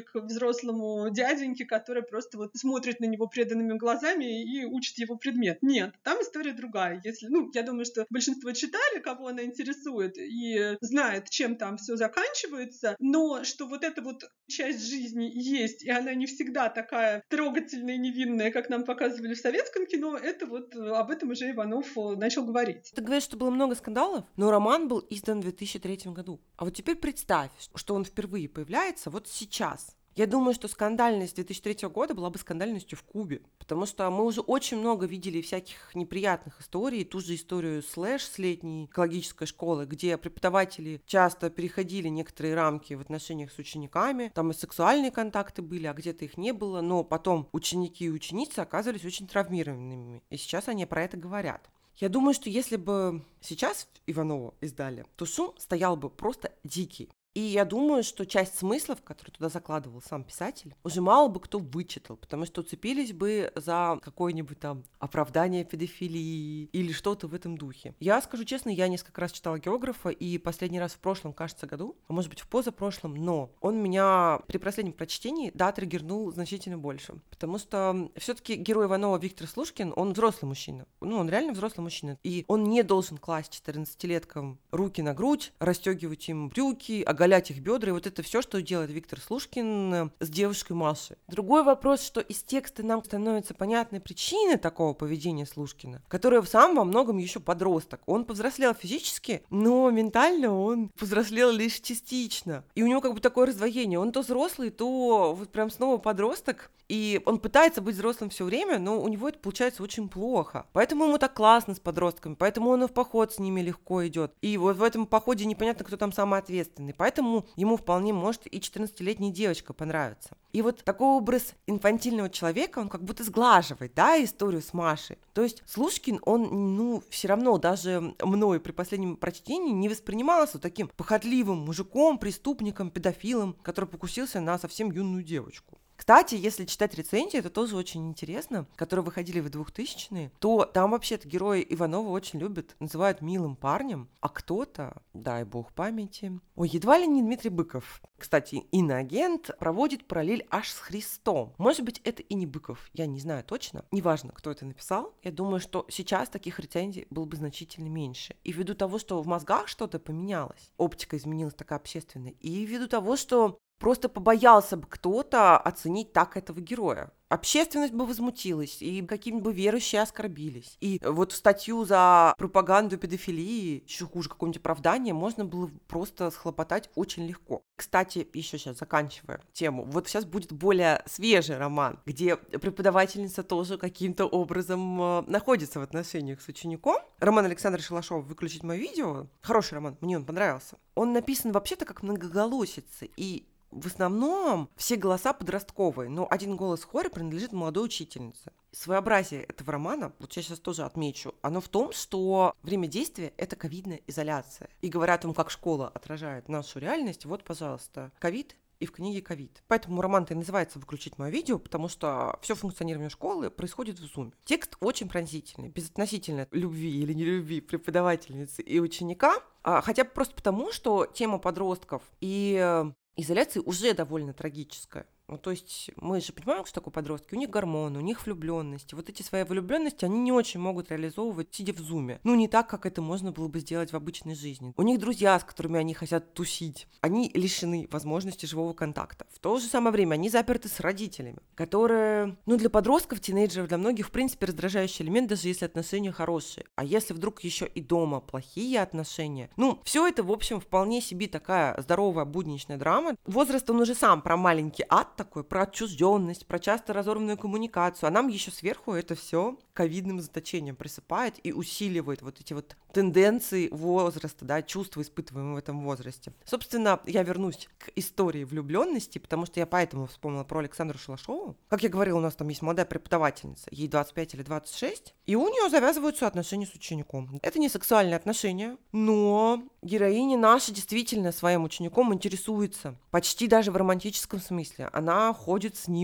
взрослому дяденьке, который просто вот смотрит на него преданными глазами и учит его предмет. Нет, там история другая. Если, я думаю, что большинство читали, кого она интересует, и знает, чем там все заканчивается, но что вот эта вот часть жизни есть, и она не всегда такая трогательная и невинная, как нам показывали в советском кино, это вот об этом уже Иванов начал говорить. Ты говоришь, что было много скандалов, но роман был издан в 2003 году. А вот теперь представь, что он впервые появляется вот сейчас. Я думаю, что скандальность 2003 года была бы скандальностью в Кубе, потому что мы уже очень много видели всяких неприятных историй, ту же историю Слэш с летней экологической школы, где преподаватели часто переходили некоторые рамки в отношениях с учениками, там и сексуальные контакты были, а где-то их не было, но потом ученики и ученицы оказывались очень травмированными, и сейчас они про это говорят. Я думаю, что если бы сейчас Иванова издали, то шум стоял бы просто дикий. И я думаю, что часть смыслов, которые туда закладывал сам писатель, уже мало бы кто вычитал, потому что уцепились бы за какое-нибудь там оправдание педофилии или что-то в этом духе. Я скажу честно, я несколько раз читала географа, и последний раз в прошлом, кажется, году, а может быть в позапрошлом, но он меня при последнем прочтении, триггернул значительно больше, потому что все-таки герой Иванова Виктор Слушкин, он взрослый мужчина, он реально взрослый мужчина, и он не должен класть 14-леткам руки на грудь, расстегивать им брюки, оголять их бедра, и вот это все, что делает Виктор Слушкин с девушкой Машей. Другой вопрос, что из текста нам становятся понятны причины такого поведения Слушкина, который сам во многом еще подросток. Он повзрослел физически, но ментально он повзрослел лишь частично. И у него как бы такое раздвоение. Он то взрослый, то вот прям снова подросток, и он пытается быть взрослым все время, но у него это получается очень плохо. Поэтому ему так классно с подростками, поэтому он и в поход с ними легко идет. И вот в этом походе непонятно, кто там самый ответственный. Поэтому ему вполне может и 14-летняя девочка понравиться. И вот такой образ инфантильного человека, он как будто сглаживает, историю с Машей. То есть Слушкин, он, все равно даже мной при последнем прочтении не воспринимался таким похотливым мужиком, преступником, педофилом, который покусился на совсем юную девочку. Кстати, если читать рецензии, это тоже очень интересно, которые выходили в 2000-е, то там вообще-то герои Иванова очень любят, называют милым парнем, а кто-то, дай бог памяти, едва ли не Дмитрий Быков. Кстати, иноагент проводит параллель аж с Христом. Может быть, это и не Быков, я не знаю точно. Неважно, кто это написал. Я думаю, что сейчас таких рецензий было бы значительно меньше. И ввиду того, что в мозгах что-то поменялось, оптика изменилась такая общественная, и ввиду того, что просто побоялся бы кто-то оценить так этого героя. Общественность бы возмутилась, и какие-нибудь бы верующие оскорбились. И вот статью за пропаганду педофилии, еще хуже, какое-нибудь оправдание, можно было просто схлопотать очень легко. Кстати, еще сейчас заканчивая тему, вот сейчас будет более свежий роман, где преподавательница тоже каким-то образом находится в отношениях с учеником. Роман Александра Шалашова «Выключить мое видео». Хороший роман, мне он понравился. Он написан вообще-то как многоголосица, и в основном все голоса подростковые, но один голос в хоре принадлежит молодой учительнице. Своеобразие этого романа, вот я сейчас тоже отмечу, оно в том, что время действия — это ковидная изоляция. И говоря о том, как школа отражает нашу реальность, вот, пожалуйста, ковид и в книге ковид. Поэтому роман-то и называется «Выключить мое видео», потому что все функционирование школы происходит в Zoom. Текст очень пронзительный, безотносительно любви или нелюбви преподавательницы и ученика, хотя бы просто потому, что тема подростков и изоляция уже довольно трагическая. То есть мы же понимаем, что такое подростки, у них гормоны, у них влюбленности. Вот эти свои влюбленности они не очень могут реализовывать, сидя в зуме. Не так, как это можно было бы сделать в обычной жизни. У них друзья, с которыми они хотят тусить, они лишены возможности живого контакта. В то же самое время они заперты с родителями, которые, для подростков, тинейджеров, для многих, в принципе, раздражающий элемент, даже если отношения хорошие. А если вдруг еще и дома плохие отношения, все это, в общем, вполне себе такая здоровая будничная драма. Возраст, он уже сам про маленький ад такой, про отчужденность, про часто разорванную коммуникацию, а нам еще сверху это все ковидным заточением присыпает и усиливает вот эти вот тенденции возраста, чувства, испытываемые в этом возрасте. Собственно, я вернусь к истории влюбленности, потому что я поэтому вспомнила про Александру Шалашову. Как я говорила, у нас там есть молодая преподавательница, ей 25 или 26, и у нее завязываются отношения с учеником. Это не сексуальные отношения, но героиня наша действительно своим учеником интересуется, почти даже в романтическом смысле. Она ходит с ним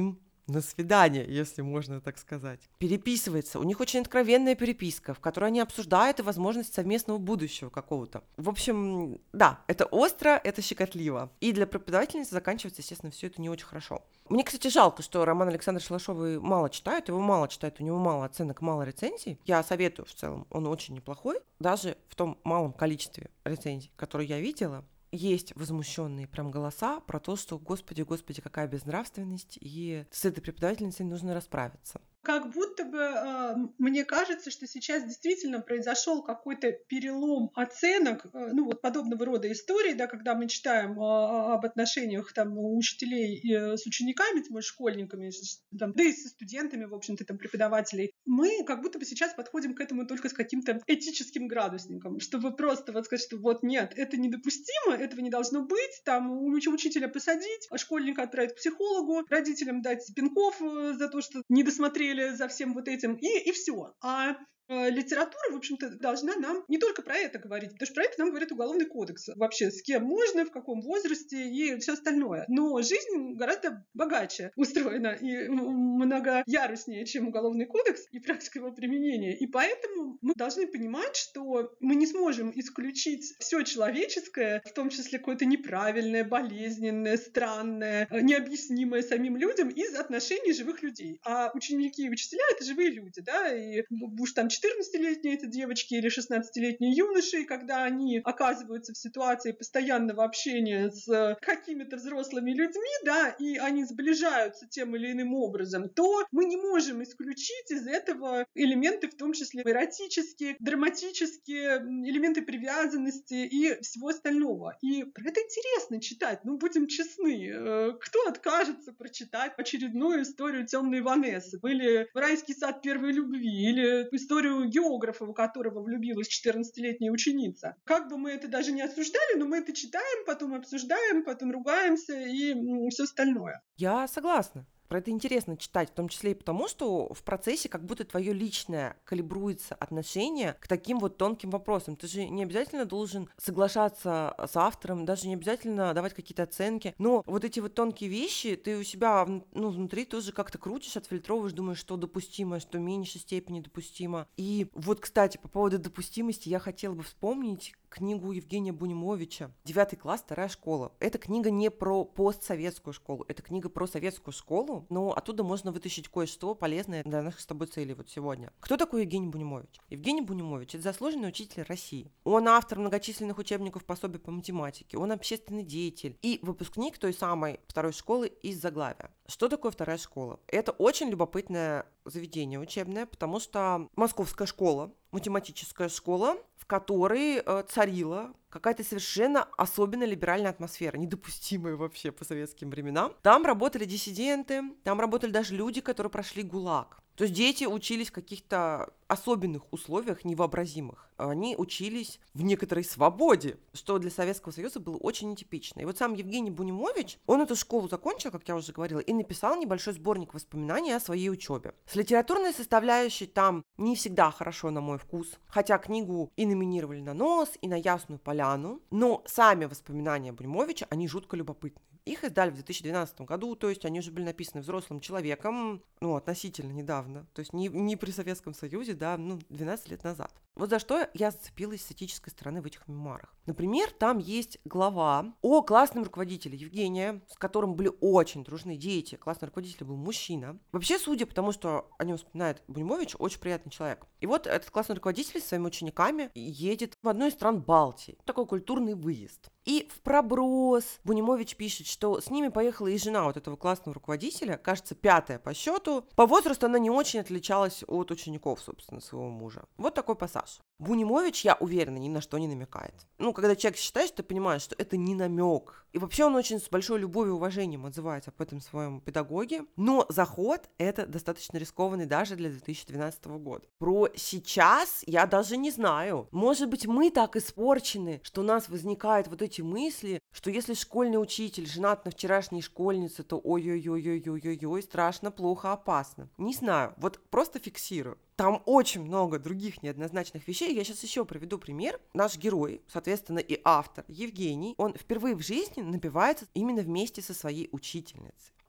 на свидание, если можно так сказать. Переписывается. У них очень откровенная переписка, в которой они обсуждают и возможность совместного будущего какого-то. В общем, да, это остро, это щекотливо. И для преподавательницы заканчивается, естественно, все это не очень хорошо. Мне, кстати, жалко, что роман Александра Шалашова мало читают, его мало читают, у него мало оценок, мало рецензий. Я советую в целом, он очень неплохой, даже в том малом количестве рецензий, которые я видела. Есть возмущенные прям голоса про то, что, господи, какая безнравственность, и с этой преподавательницей нужно расправиться. Как будто бы мне кажется, что сейчас действительно произошел какой-то перелом оценок, ну вот подобного рода истории, да, когда мы читаем об отношениях там учителей с учениками, тем более школьниками, там, да и со студентами, в общем-то, там преподавателей, мы как будто бы сейчас подходим к этому только с каким-то этическим градусником, чтобы просто вот сказать, что вот нет, это недопустимо, этого не должно быть, там учителя посадить, а школьника отправить к психологу, родителям дать пинков за то, что не досмотрели за всем вот этим, и все. А литература, в общем-то, должна нам не только про это говорить, потому что про это нам говорит Уголовный кодекс. Вообще, с кем можно, в каком возрасте и все остальное. Но жизнь гораздо богаче устроена и многояруснее, чем Уголовный кодекс и практика его применения. И поэтому мы должны понимать, что мы не сможем исключить все человеческое, в том числе какое-то неправильное, болезненное, странное, необъяснимое самим людям из отношений живых людей. А ученики и учителя — это живые люди, да, и уж там 14-летние эти девочки или 16-летние юноши, когда они оказываются в ситуации постоянного общения с какими-то взрослыми людьми, да, и они сближаются тем или иным образом, то мы не можем исключить из этого элементы, в том числе эротические, драматические, элементы привязанности и всего остального. И про это интересно читать, ну, будем честны. Кто откажется прочитать очередную историю темной Ванессы? Или «Райский сад первой любви», или историю географа, у которого влюбилась 14-летняя ученица. Как бы мы это даже не осуждали, но мы это читаем, потом обсуждаем, потом ругаемся и все остальное. Я согласна. Про это интересно читать, в том числе и потому, что в процессе как будто твое личное калибруется отношение к таким вот тонким вопросам. Ты же не обязательно должен соглашаться с автором, даже не обязательно давать какие-то оценки. Но вот эти вот тонкие вещи ты у себя внутри тоже как-то крутишь, отфильтровываешь, думаешь, что допустимо, что в меньшей степени допустимо. И вот, кстати, по поводу допустимости я хотела бы вспомнить книгу Евгения Бунимовича «9 класс, 2 школа». Эта книга не про постсоветскую школу, это книга про советскую школу, но оттуда можно вытащить кое-что полезное для наших с тобой целей вот сегодня. Кто такой Евгений Бунимович? Евгений Бунимович — это заслуженный учитель России. Он автор многочисленных учебников, пособий по математике, он общественный деятель и выпускник той самой второй школы из Заглавия. Что такое вторая школа? Это очень любопытное заведение учебное, потому что московская школа, математическая школа, в которой царила какая-то совершенно особенно либеральная атмосфера, недопустимая вообще по советским временам. Там работали диссиденты, там работали даже люди, которые прошли ГУЛАГ. То есть дети учились в каких-то особенных условиях, невообразимых. Они учились в некоторой свободе, что для Советского Союза было очень нетипично. И вот сам Евгений Бунимович, он эту школу закончил, как я уже говорила, и написал небольшой сборник воспоминаний о своей учебе. С литературной составляющей там не всегда хорошо, на мой вкус, хотя книгу и номинировали на НОС, и на Ясную Поляну, но сами воспоминания Бунимовича, они жутко любопытны. Их издали в 2012 году, то есть они уже были написаны взрослым человеком, относительно недавно, то есть не при Советском Союзе, да, 12 лет назад. Вот за что я зацепилась с этической стороны в этих мемуарах. Например, там есть глава о классном руководителе Евгения, с которым были очень дружны дети. Классный руководитель был мужчина. Вообще, судя по тому, что о нем вспоминает Бунимович, очень приятный человек. И вот этот классный руководитель со своими учениками едет в одну из стран Балтии. Такой культурный выезд. И в проброс Бунимович пишет, что с ними поехала и жена вот этого классного руководителя, кажется, 5-я по счету. По возрасту она не очень отличалась от учеников, собственно, своего мужа. Вот такой пассаж. Бунимович, я уверена, ни на что не намекает. Когда человек считает, ты понимаешь, что это не намек. И вообще он очень с большой любовью и уважением отзывается об этом своем педагоге. Но заход это достаточно рискованный даже для 2012 года. Про сейчас я даже не знаю. Может быть, мы так испорчены, что у нас возникают вот эти мысли, что если школьный учитель женат на вчерашней школьнице, то ой-ой-ой-ой-ой-ой-ой, страшно, плохо, опасно. Не знаю, вот просто фиксирую. Там очень много других неоднозначных вещей. Я сейчас еще приведу пример. Наш герой, соответственно, и автор Евгений, он впервые в жизни напивается именно вместе со своей учительницей.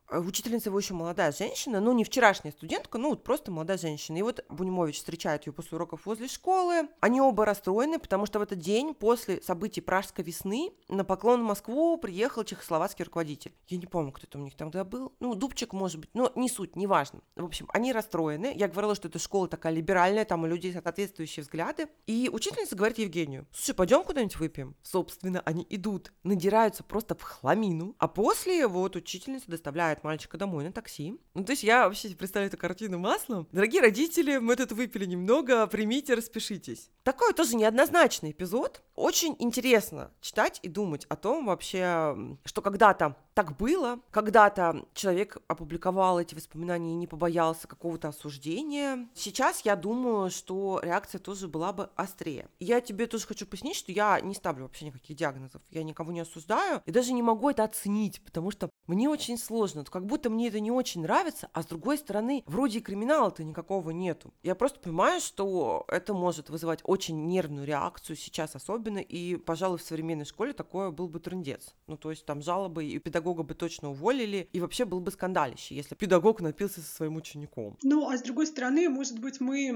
Учительница его еще молодая женщина, ну, не вчерашняя студентка, ну, вот просто молодая женщина. И вот Бунимович встречает ее после уроков возле школы. Они оба расстроены, потому что в этот день, после событий Пражской весны, на поклон в Москву приехал чехословацкий руководитель. Я не помню, кто это у них тогда был. Ну, Дубчик, может быть, но не суть, не важно. В общем, они расстроены. Я говорила, что эта школа такая либеральная, там у людей соответствующие взгляды. И учительница говорит Евгению: слушай, пойдем куда-нибудь выпьем. Собственно, они идут, надираются просто в хламину, а после вот учительница доставляет мальчика домой на такси. Ну, то есть я вообще представляю эту картину маслом. Дорогие родители, мы тут выпили немного, примите, распишитесь. Такой тоже неоднозначный эпизод. Очень интересно читать и думать о том вообще, что когда-то так было, когда-то человек опубликовал эти воспоминания и не побоялся какого-то осуждения. Сейчас я думаю, что реакция тоже была бы острее. Я тебе тоже хочу пояснить, что я не ставлю вообще никаких диагнозов, я никого не осуждаю и даже не могу это оценить, потому что мне очень сложно, как будто мне это не очень нравится, а с другой стороны, вроде и криминала-то никакого нету. Я просто понимаю, что это может вызывать очень нервную реакцию сейчас особенно, и, пожалуй, в современной школе такое был бы трындец. Ну, то есть там жалобы, и педагога бы точно уволили, и вообще был бы скандалище, если педагог напился со своим учеником. Ну, а с другой стороны, может быть, мы,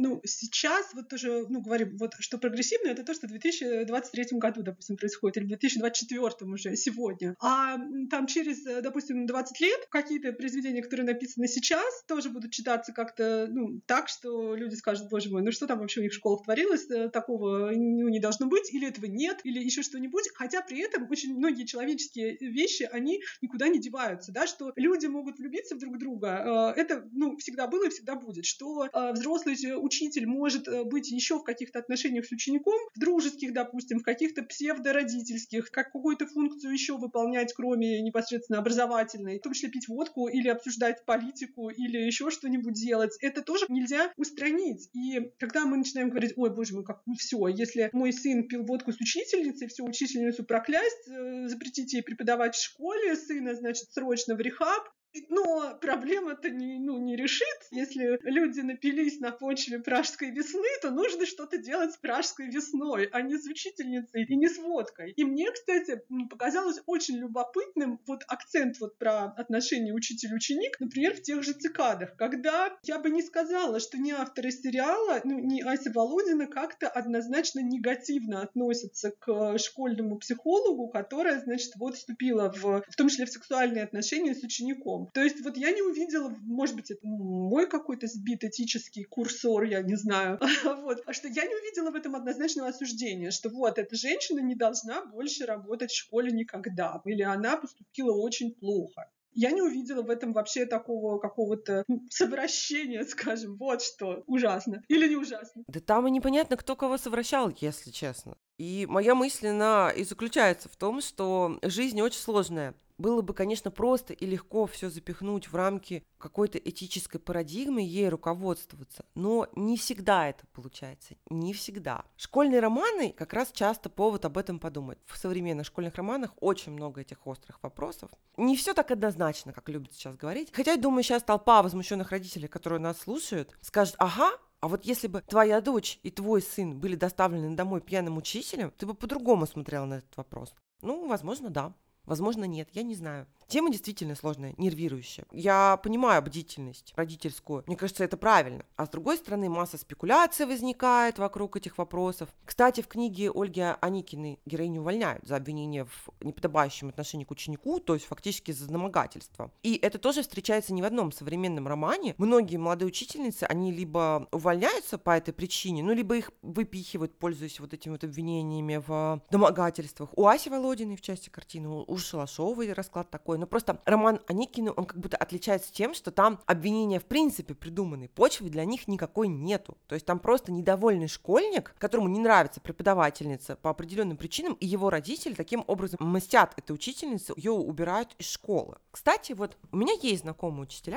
сейчас вот тоже, говорим, вот что прогрессивно, это то, что в 2023 году, допустим, происходит, или в 2024 уже сегодня. А там через, допустим, 20 лет какие-то произведения, которые написаны сейчас, тоже будут читаться как-то, так, что люди скажут: боже мой, ну что там вообще у них в школах творилось, такого не должно быть, или этого нет, или еще что-нибудь. Хотя при этом очень многие человеческие вещи, они никуда не деваются, да, что люди могут влюбиться в друг друга, это, всегда было и всегда будет, что взрослый учитель может быть еще в каких-то отношениях с учеником, в дружеских, допустим, в каких-то псевдородительских, как какую-то функцию еще выполнять, кроме непосредственно образовательной, в том числе пить водку или обсуждать политику или еще что-нибудь делать. Это тоже нельзя устранить. И когда мы начинаем говорить: ой, боже мой, все, если мой сын пил водку с учительницей, всю учительницу проклясть, запретить ей преподавать в школе, сына, значит, срочно в рехаб. Но проблема-то не решит. Если люди напились на почве Пражской весны, то нужно что-то делать с Пражской весной, а не с учительницей и не с водкой. И мне, кстати, показалось очень любопытным вот акцент вот про отношения учитель-ученик, например, в тех же «Цикадах», когда я бы не сказала, что ни авторы сериала, ни Ася Володина как-то однозначно негативно относятся к школьному психологу, которая, значит, вот вступила в том числе в сексуальные отношения с учеником. То есть вот я не увидела, может быть, это мой какой-то сбит этический курсор, я не знаю, что я не увидела в этом однозначного осуждения, что вот эта женщина не должна больше работать в школе никогда, или она поступила очень плохо. Я не увидела в этом вообще такого какого-то совращения, скажем, вот что ужасно или не ужасно. Да там и непонятно, кто кого совращал, если честно. И моя мысль, она и заключается в том, что жизнь очень сложная. Было бы, конечно, просто и легко все запихнуть в рамки какой-то этической парадигмы, ей руководствоваться, но не всегда это получается, не всегда. Школьные романы как раз часто повод об этом подумать. В современных школьных романах очень много этих острых вопросов. Не все так однозначно, как любят сейчас говорить. Хотя, я думаю, сейчас толпа возмущенных родителей, которые нас слушают, скажет: ага, а вот если бы твоя дочь и твой сын были доставлены домой пьяным учителем, ты бы по-другому смотрела на этот вопрос. Ну, возможно, да. Возможно, нет, я не знаю. Тема действительно сложная, нервирующая. Я понимаю бдительность родительскую. Мне кажется, это правильно. А с другой стороны, масса спекуляций возникает вокруг этих вопросов. Кстати, в книге Ольги Аникиной героиню увольняют за обвинение в неподобающем отношении к ученику, то есть фактически за домогательство. И это тоже встречается не в одном современном романе. Многие молодые учительницы, они либо увольняются по этой причине, либо их выпихивают, пользуясь вот этими вот обвинениями в домогательствах. У Аси Володиной в части картины, у Шалашовой расклад такой. Но просто роман Аникина, он как будто отличается тем, что там обвинения в принципе придуманы, почвы для них никакой нету. То есть там просто недовольный школьник, которому не нравится преподавательница по определенным причинам, и его родители таким образом мстят этой учительнице, ее убирают из школы. Кстати, вот у меня есть знакомые учителя,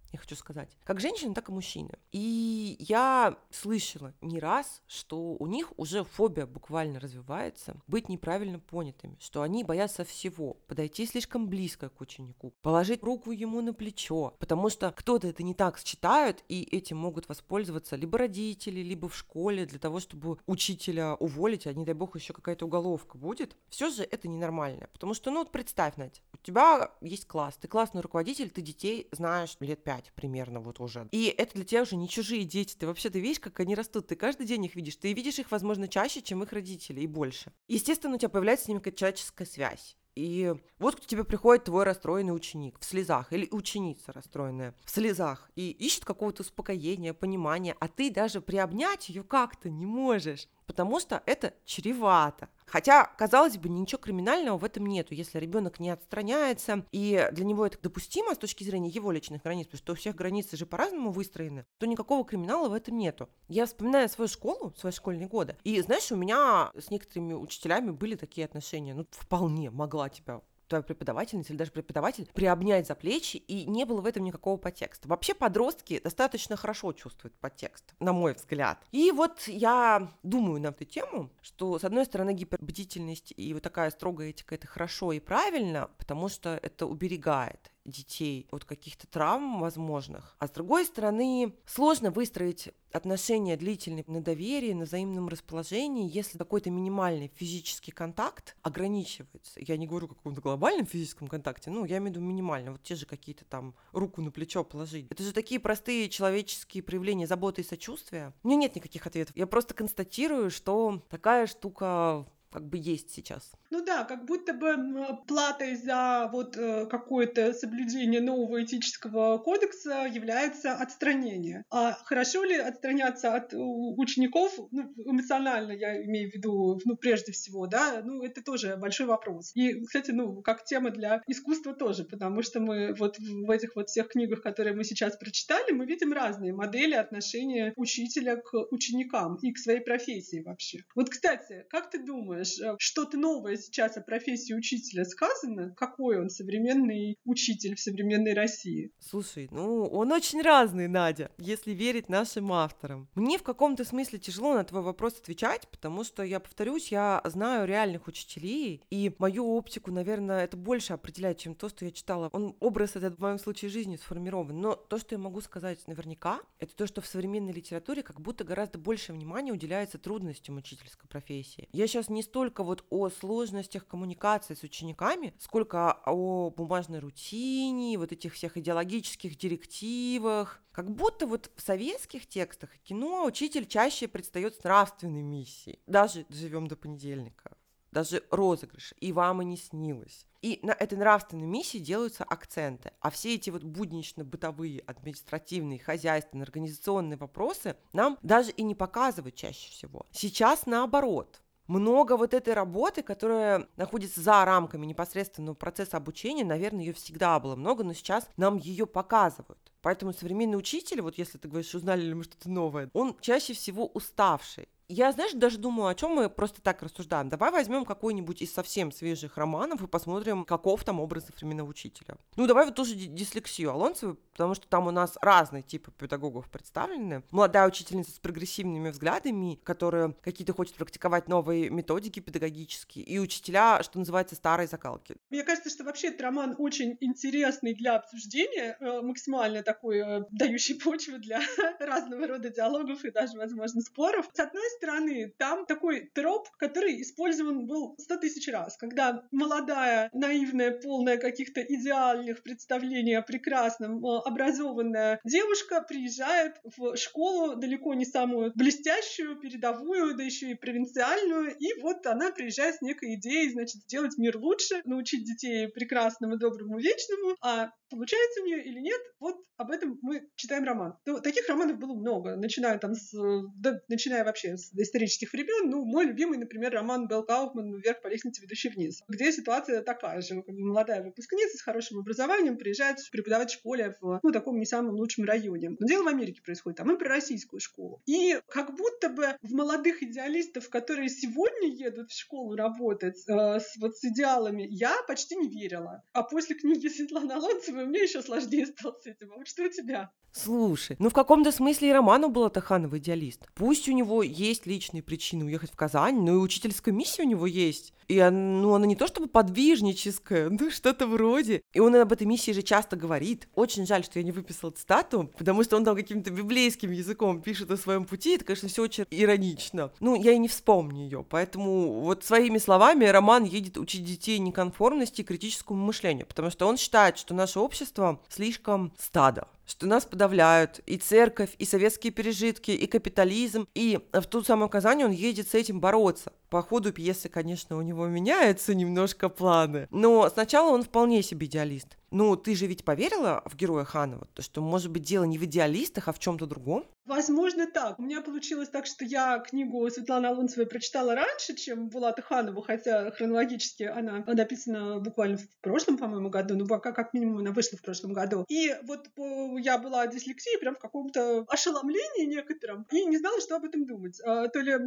я хочу сказать, как женщины, так и мужчины. И я слышала не раз, что у них уже фобия буквально развивается, быть неправильно понятыми, что они боятся всего, подойти слишком близко к ученику, положить руку ему на плечо, потому что кто-то это не так считает, и этим могут воспользоваться либо родители, либо в школе для того, чтобы учителя уволить, а не дай бог еще какая-то уголовка будет. Все же это ненормально, потому что, ну вот представь, Надь, у тебя есть класс, ты классный руководитель, ты детей знаешь лет 5 примерно вот уже. И это для тебя уже не чужие дети, ты видишь, как они растут, ты каждый день их видишь, ты видишь их, возможно, чаще, чем их родители, и больше. Естественно, у тебя появляется с ними какая-то человеческая связь. И вот к тебе приходит твой расстроенный ученик в слезах, или ученица расстроенная в слезах, и ищет какого-то успокоения, понимания, а ты даже приобнять ее как-то не можешь, потому что это чревато. Хотя, казалось бы, ничего криминального в этом нету, если ребенок не отстраняется, и для него это допустимо с точки зрения его личных границ, потому что у всех границы же по-разному выстроены, то никакого криминала в этом нету. Я вспоминаю свою школу, свои школьные годы, и, знаешь, у меня с некоторыми учителями были такие отношения, ну, вполне могла тебя твоя преподавательница или даже преподаватель приобнять за плечи, и не было в этом никакого подтекста. Вообще подростки достаточно хорошо чувствуют подтекст, на мой взгляд. И вот я думаю на эту тему, что, с одной стороны, гипербдительность и вот такая строгая этика — это хорошо и правильно, потому что это уберегает детей от каких-то травм возможных. А с другой стороны, сложно выстроить отношения длительные на доверии, на взаимном расположении, если какой-то минимальный физический контакт ограничивается. Я не говорю о каком-то глобальном физическом контакте, ну, я имею в виду минимально. Вот те же какие-то там руку на плечо положить. Это же такие простые человеческие проявления заботы и сочувствия. У меня нет никаких ответов. Я просто констатирую, что такая штука как бы есть сейчас. Ну да, как будто бы платой за вот какое-то соблюдение нового этического кодекса является отстранение. А хорошо ли отстраняться от учеников, ну, эмоционально, я имею в виду, ну, прежде всего, да, ну, это тоже большой вопрос. И, кстати, ну, как тема для искусства тоже, потому что мы вот в этих вот всех книгах, которые мы сейчас прочитали, мы видим разные модели отношения учителя к ученикам и к своей профессии вообще. Вот, кстати, как ты думаешь, что-то новое сейчас о профессии учителя сказано? Какой он современный учитель в современной России? Слушай, ну он очень разный, Надя, если верить нашим авторам. Мне в каком-то смысле тяжело на твой вопрос отвечать, потому что, я повторюсь, я знаю реальных учителей, и мою оптику, наверное, это больше определяет, чем то, что я читала. Образ этот в моем случае жизни сформирован. Но то, что я могу сказать наверняка, это то, что в современной литературе как будто гораздо больше внимания уделяется трудностям учительской профессии. Я сейчас не столько вот о сложностях коммуникации с учениками, сколько о бумажной рутине, вот этих всех идеологических директивах. Как будто вот в советских текстах и кино учитель чаще предстает с нравственной миссией. Даже «Доживем до понедельника», даже «Розыгрыш», «И вам и не снилось». И на этой нравственной миссии делаются акценты. А все эти вот буднично-бытовые, административные, хозяйственные, организационные вопросы нам даже и не показывают чаще всего. Сейчас наоборот. Много вот этой работы, которая находится за рамками непосредственного процесса обучения, наверное, ее всегда было много, но сейчас нам ее показывают. Поэтому современный учитель, вот если ты говоришь, узнали ли мы что-то новое, он чаще всего уставший. Я, знаешь, даже думаю, о чем мы просто так рассуждаем. Давай возьмем какой-нибудь из совсем свежих романов и посмотрим, каков там образ современного учителя. Ну, давай вот тоже дислексию Алонсовой, потому что там у нас разные типы педагогов представлены. Молодая учительница с прогрессивными взглядами, которая какие-то хочет практиковать новые методики педагогические, и учителя, что называется, старой закалки. Мне кажется, что вообще этот роман очень интересный для обсуждения, максимально такой, дающий почву для разного рода диалогов и даже, возможно, споров. С одной стороны, там такой троп, который использован был 100 тысяч раз, когда молодая, наивная, полная каких-то идеальных представлений о прекрасном, образованная девушка приезжает в школу далеко не самую блестящую, передовую, да еще и провинциальную, и вот она приезжает с некой идеей, значит, сделать мир лучше, научить детей прекрасному, доброму, вечному, а получается у нее или нет, вот об этом мы читаем роман. Ну, таких романов было много, начиная вообще с с доисторических времен. Ну, мой любимый, например, роман Белл Кауфман «Вверх по лестнице, ведущей вниз», где ситуация такая же. Молодая выпускница с хорошим образованием приезжает преподавать в школе в, ну, таком не самом лучшем районе. Но дело в Америке происходит, а мы про российскую школу. И как будто бы в молодых идеалистов, которые сегодня едут в школу работать с идеалами, я почти не верила. А после книги Светланы Алонцевой мне еще сложнее стало с этим. А вот что у тебя? Слушай, ну в каком-то смысле и Роману был Атаханов идеалист. Пусть у него есть личные причины уехать в Казань, но и учительская миссия у него есть. И она не то чтобы подвижническая, ну что-то вроде. И он об этой миссии же часто говорит. Очень жаль, что я не выписала цитату, потому что он там каким-то библейским языком пишет о своем пути. Это, конечно, все очень иронично. Ну, я и не вспомню ее. Поэтому вот своими словами Роман едет учить детей неконформности и критическому мышлению, потому что он считает, что наше общество слишком стадо, что нас подавляют и церковь, и советские пережитки, и капитализм. И в ту самую Казань он едет с этим бороться. По ходу пьесы, конечно, у него меняются немножко планы, но сначала он вполне себе идеалист. Ну, ты же ведь поверила в героя Ханова, то, что, может быть, дело не в идеалистах, а в чем-то другом? Возможно, так. У меня получилось так, что я книгу Светланы Алонцевой прочитала раньше, чем Булата Ханову, хотя хронологически она написана буквально в прошлом, по-моему, году, ну, как минимум она вышла в прошлом году. И вот я была дислексией прям в каком-то ошеломлении некотором и не знала, что об этом думать. То ли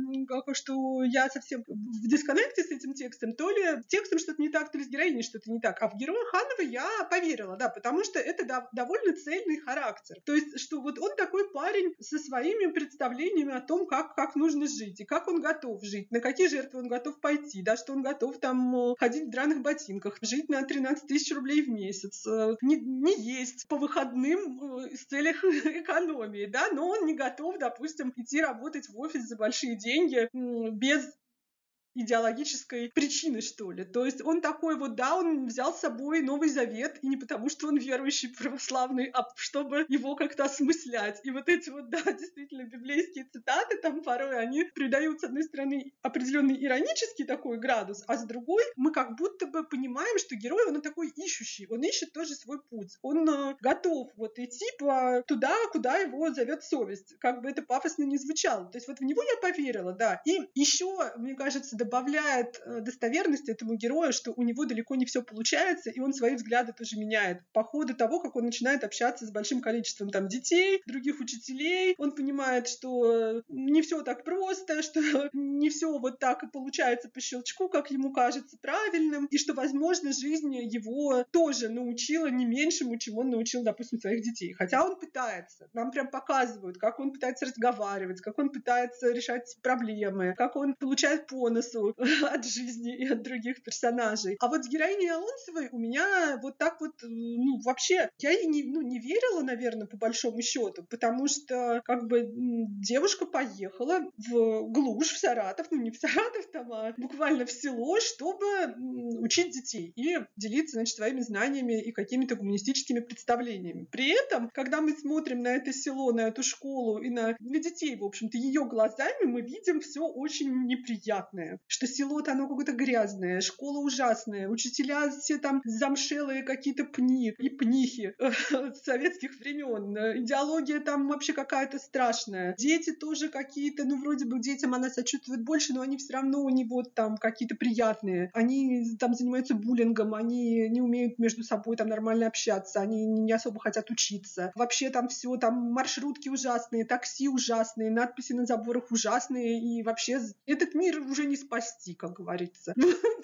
что я совсем в дисконнекте с этим текстом, то ли с текстом что-то не так, то ли с героиней что-то не так. А в героя Ханова я поверила, да, потому что это довольно цельный характер. То есть, что вот он такой парень со своими представлениями о том, как нужно жить, и как он готов жить, на какие жертвы он готов пойти, да, что он готов там ходить в драных ботинках, жить на 13 тысяч рублей в месяц, не есть по выходным в целях экономии, да, но он не готов, допустим, идти работать в офис за большие деньги без идеологической причины, что ли. То есть он такой вот, да, он взял с собой Новый Завет, и не потому, что он верующий православный, а чтобы его как-то осмыслять. И вот эти вот, да, действительно, библейские цитаты там порой, они придают, с одной стороны, определенный иронический такой градус, а с другой мы как будто бы понимаем, что герой, он такой ищущий, он ищет тоже свой путь. Он готов вот идти туда, куда его зовет совесть. Как бы это пафосно не звучало. То есть вот в него я поверила, да. И еще, мне кажется, добавляет достоверность этому герою, что у него далеко не все получается, и он свои взгляды тоже меняет. По ходу того, как он начинает общаться с большим количеством там детей, других учителей, он понимает, что не все так просто, что не все вот так и получается по щелчку, как ему кажется правильным, и что, возможно, жизнь его тоже научила не меньшему, чем он научил, допустим, своих детей. Хотя он пытается. Нам прям показывают, как он пытается разговаривать, как он пытается решать проблемы, как он получает по носу от жизни и от других персонажей. А вот с героиней Алонцевой у меня вот так вот, ну, вообще, я ей не верила, наверное, по большому счету, потому что, как бы, девушка поехала в глушь, в Саратов, ну, не в Саратов там, а буквально в село, чтобы учить детей и делиться, значит, своими знаниями и какими-то гуманистическими представлениями. При этом, когда мы смотрим на это село, на эту школу и на детей, в общем-то, ее глазами, мы видим все очень неприятное. Что село-то оно какое-то грязное, школа ужасная, учителя все там замшелые какие-то пни и пнихи с советских времен, идеология там вообще какая-то страшная, дети тоже какие-то, ну вроде бы детям она сочувствует больше, но они все равно не вот там какие-то приятные, они там занимаются буллингом, они не умеют между собой там нормально общаться, они не особо хотят учиться, вообще там все, там маршрутки ужасные, такси ужасные, надписи на заборах ужасные, и вообще этот мир уже не спасти, как говорится.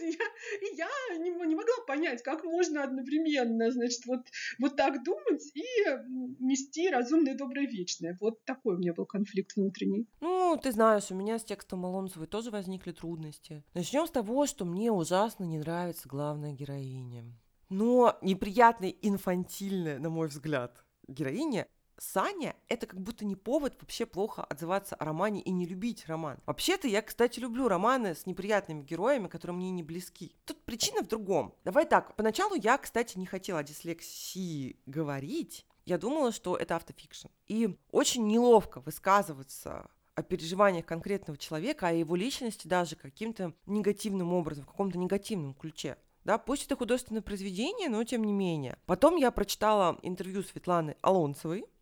Я не могла понять, как можно одновременно, значит, вот так думать и нести разумное, доброе, вечное. Вот такой у меня был конфликт внутренний. Ну, ты знаешь, у меня с текстом Алонцевой тоже возникли трудности. Начнем с того, что мне ужасно не нравится главная героиня. Но неприятная, инфантильная, на мой взгляд, героиня Саня — это как будто не повод вообще плохо отзываться о романе и не любить роман. Вообще-то я, кстати, люблю романы с неприятными героями, которые мне не близки. Тут причина в другом. Давай так, поначалу я, кстати, не хотела о дислексии говорить. Я думала, что это автофикшн. И очень неловко высказываться о переживаниях конкретного человека, о его личности даже каким-то негативным образом, в каком-то негативном ключе. Да, пусть это художественное произведение, но тем не менее. Потом я прочитала интервью Светланы Алонцевой, в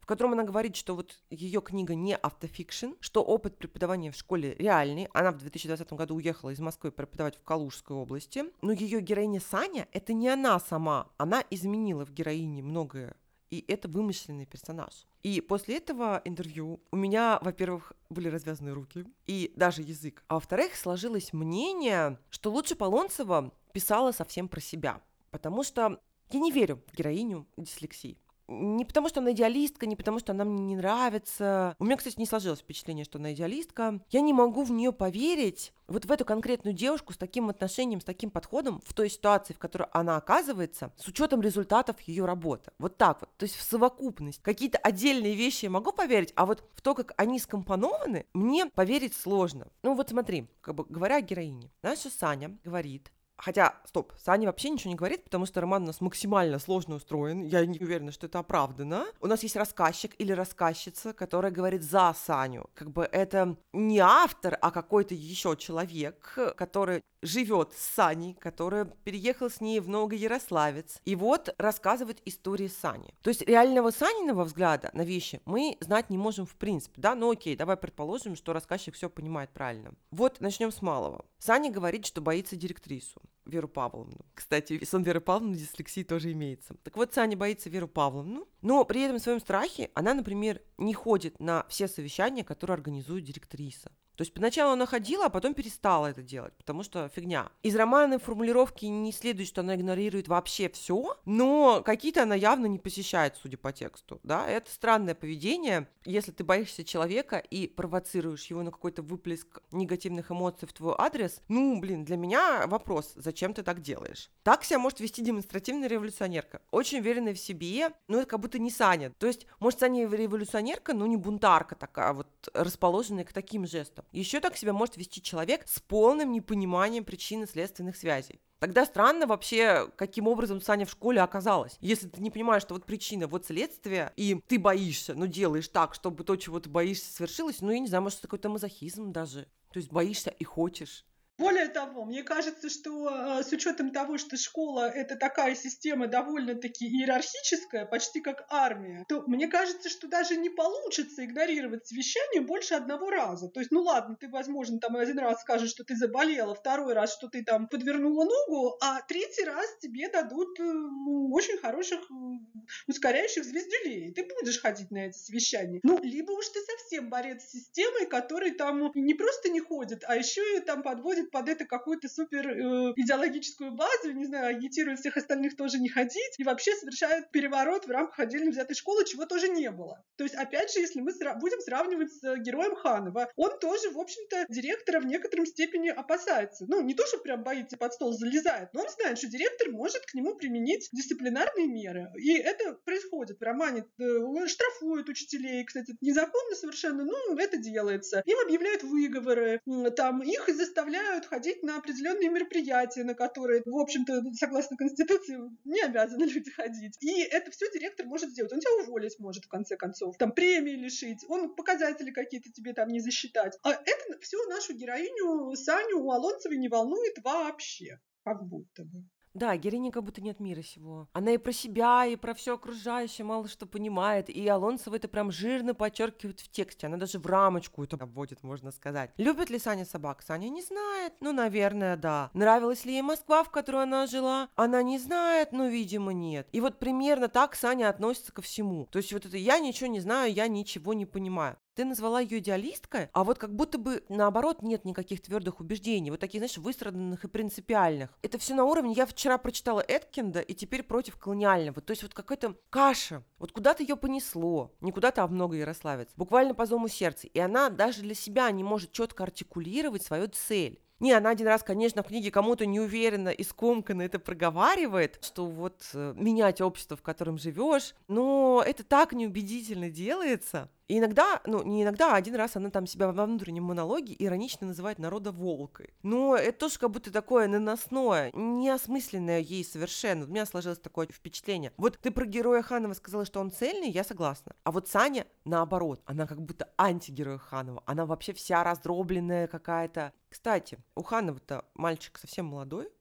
в котором она говорит, что вот ее книга не автофикшн, что опыт преподавания в школе реальный. Она в 2020 году уехала из Москвы преподавать в Калужской области, но ее героиня Саня — это не она сама, она изменила в героине многое, и это вымышленный персонаж. И после этого интервью у меня, во-первых, были развязаны руки и даже язык, а во-вторых, сложилось мнение, что лучше Полонцева писала совсем про себя, потому что я не верю в героиню дислексии. Не потому, что она идеалистка, не потому, что она мне не нравится. У меня, кстати, не сложилось впечатление, что она идеалистка. Я не могу в нее поверить, вот в эту конкретную девушку с таким отношением, с таким подходом, в той ситуации, в которой она оказывается, с учетом результатов ее работы. Вот так вот. То есть в совокупность. Какие-то отдельные вещи я могу поверить, а вот в то, как они скомпонованы, мне поверить сложно. Ну вот смотри, как бы говоря о героине. Наша Саня говорит, хотя, стоп, Саня вообще ничего не говорит, потому что роман у нас максимально сложно устроен. Я не уверена, что это оправдано. У нас есть рассказчик или рассказчица, которая говорит за Саню. Как бы это не автор, а какой-то еще человек, который живет с Саней, который переехал с ней в Новоярославец. И вот рассказывает истории Сани. То есть реального Саниного взгляда на вещи мы знать не можем в принципе, да? Ну окей, давай предположим, что рассказчик все понимает правильно. Вот начнем с малого. Саня говорит, что боится директрису Веру Павловну. Кстати, сон Веры Павловны дислексии тоже имеется. Так вот, Саня боится Веру Павловну, но при этом в своем страхе она, например, не ходит на все совещания, которые организует директриса. То есть поначалу она ходила, а потом перестала это делать, потому что фигня. Из романа формулировки не следует, что она игнорирует вообще все, но какие-то она явно не посещает, судя по тексту. Да? Это странное поведение, если ты боишься человека и провоцируешь его на какой-то выплеск негативных эмоций в твой адрес. Ну, блин, для меня вопрос, зачем ты так делаешь? Так себя может вести демонстративная революционерка, очень уверенная в себе, но это как будто не Саня. То есть, может, Саня революционерка, но не бунтарка такая, вот расположенная к таким жестам. Еще так себя может вести человек с полным непониманием причинно-следственных связей. Тогда странно вообще, каким образом Саня в школе оказалась. Если ты не понимаешь, что вот причина, вот следствие, и ты боишься, но делаешь так, чтобы то, чего ты боишься, свершилось, ну, я не знаю, может, это какой-то мазохизм даже. То есть боишься и хочешь. Более того, мне кажется, что с учетом того, что школа — это такая система довольно-таки иерархическая, почти как армия, то мне кажется, что даже не получится игнорировать совещание больше одного раза. То есть, ну ладно, ты, возможно, там один раз скажешь, что ты заболела, второй раз, что ты там подвернула ногу, а третий раз тебе дадут очень хороших ускоряющих звездюлей. Ты будешь ходить на это совещание. Ну, либо уж ты совсем борец с системой, который там не просто не ходит, а еще и там подводит под это какую-то супер идеологическую базу, не знаю, агитирует всех остальных тоже не ходить и вообще совершает переворот в рамках отдельно взятой школы, чего тоже не было. То есть, опять же, если мы будем сравнивать с героем Ханова, он тоже, в общем-то, директора в некотором степени опасается. Ну, не то, что прям боится и под стол залезает, но он знает, что директор может к нему применить дисциплинарные меры. И это происходит в романе. Штрафуют учителей, кстати, это незаконно совершенно, но это делается. Им объявляют выговоры, там, их заставляют ходить на определенные мероприятия, на которые, в общем-то, согласно Конституции, не обязаны люди ходить. И это все директор может сделать. Он тебя уволить может, в конце концов. Там премии лишить, он показатели какие-то тебе там не засчитать. А это все нашу героиню Саню у Алонцевой не волнует вообще. Как будто бы. Да, героиня как будто нет мира сего. Она и про себя, и про все окружающее мало что понимает. И Алонсова это прям жирно подчеркивает в тексте. Она даже в рамочку это обводит, можно сказать. Любит ли Саня собак? Саня не знает. Ну, наверное, да. Нравилась ли ей Москва, в которой она жила? Она не знает, но, видимо, нет. И вот примерно так Саня относится ко всему. То есть вот это «я ничего не знаю, я ничего не понимаю». Ты назвала ее идеалисткой, а вот как будто бы наоборот нет никаких твердых убеждений, вот таких, знаешь, выстраданных и принципиальных. Это все на уровне, я вчера прочитала Эткинда и теперь против колониального, то есть вот какая-то каша, вот куда-то ее понесло, не куда-то, а в Новоярославец, буквально по зову сердца, и она даже для себя не может четко артикулировать свою цель. Не, она один раз, конечно, в книге кому-то неуверенно и скомканно это проговаривает, что вот менять общество, в котором живешь, но это так неубедительно делается. И иногда, ну не иногда, а один раз она там себя во внутреннем монологе иронично называет народа волкой. Но это тоже как будто такое наносное, неосмысленное ей совершенно. У меня сложилось такое впечатление. Вот ты про героя Ханова сказала, что он цельный, я согласна. А вот Саня, наоборот, она как будто антигерой Ханова. Она вообще вся раздробленная какая-то. Кстати, у Ханова-то мальчик совсем молодой,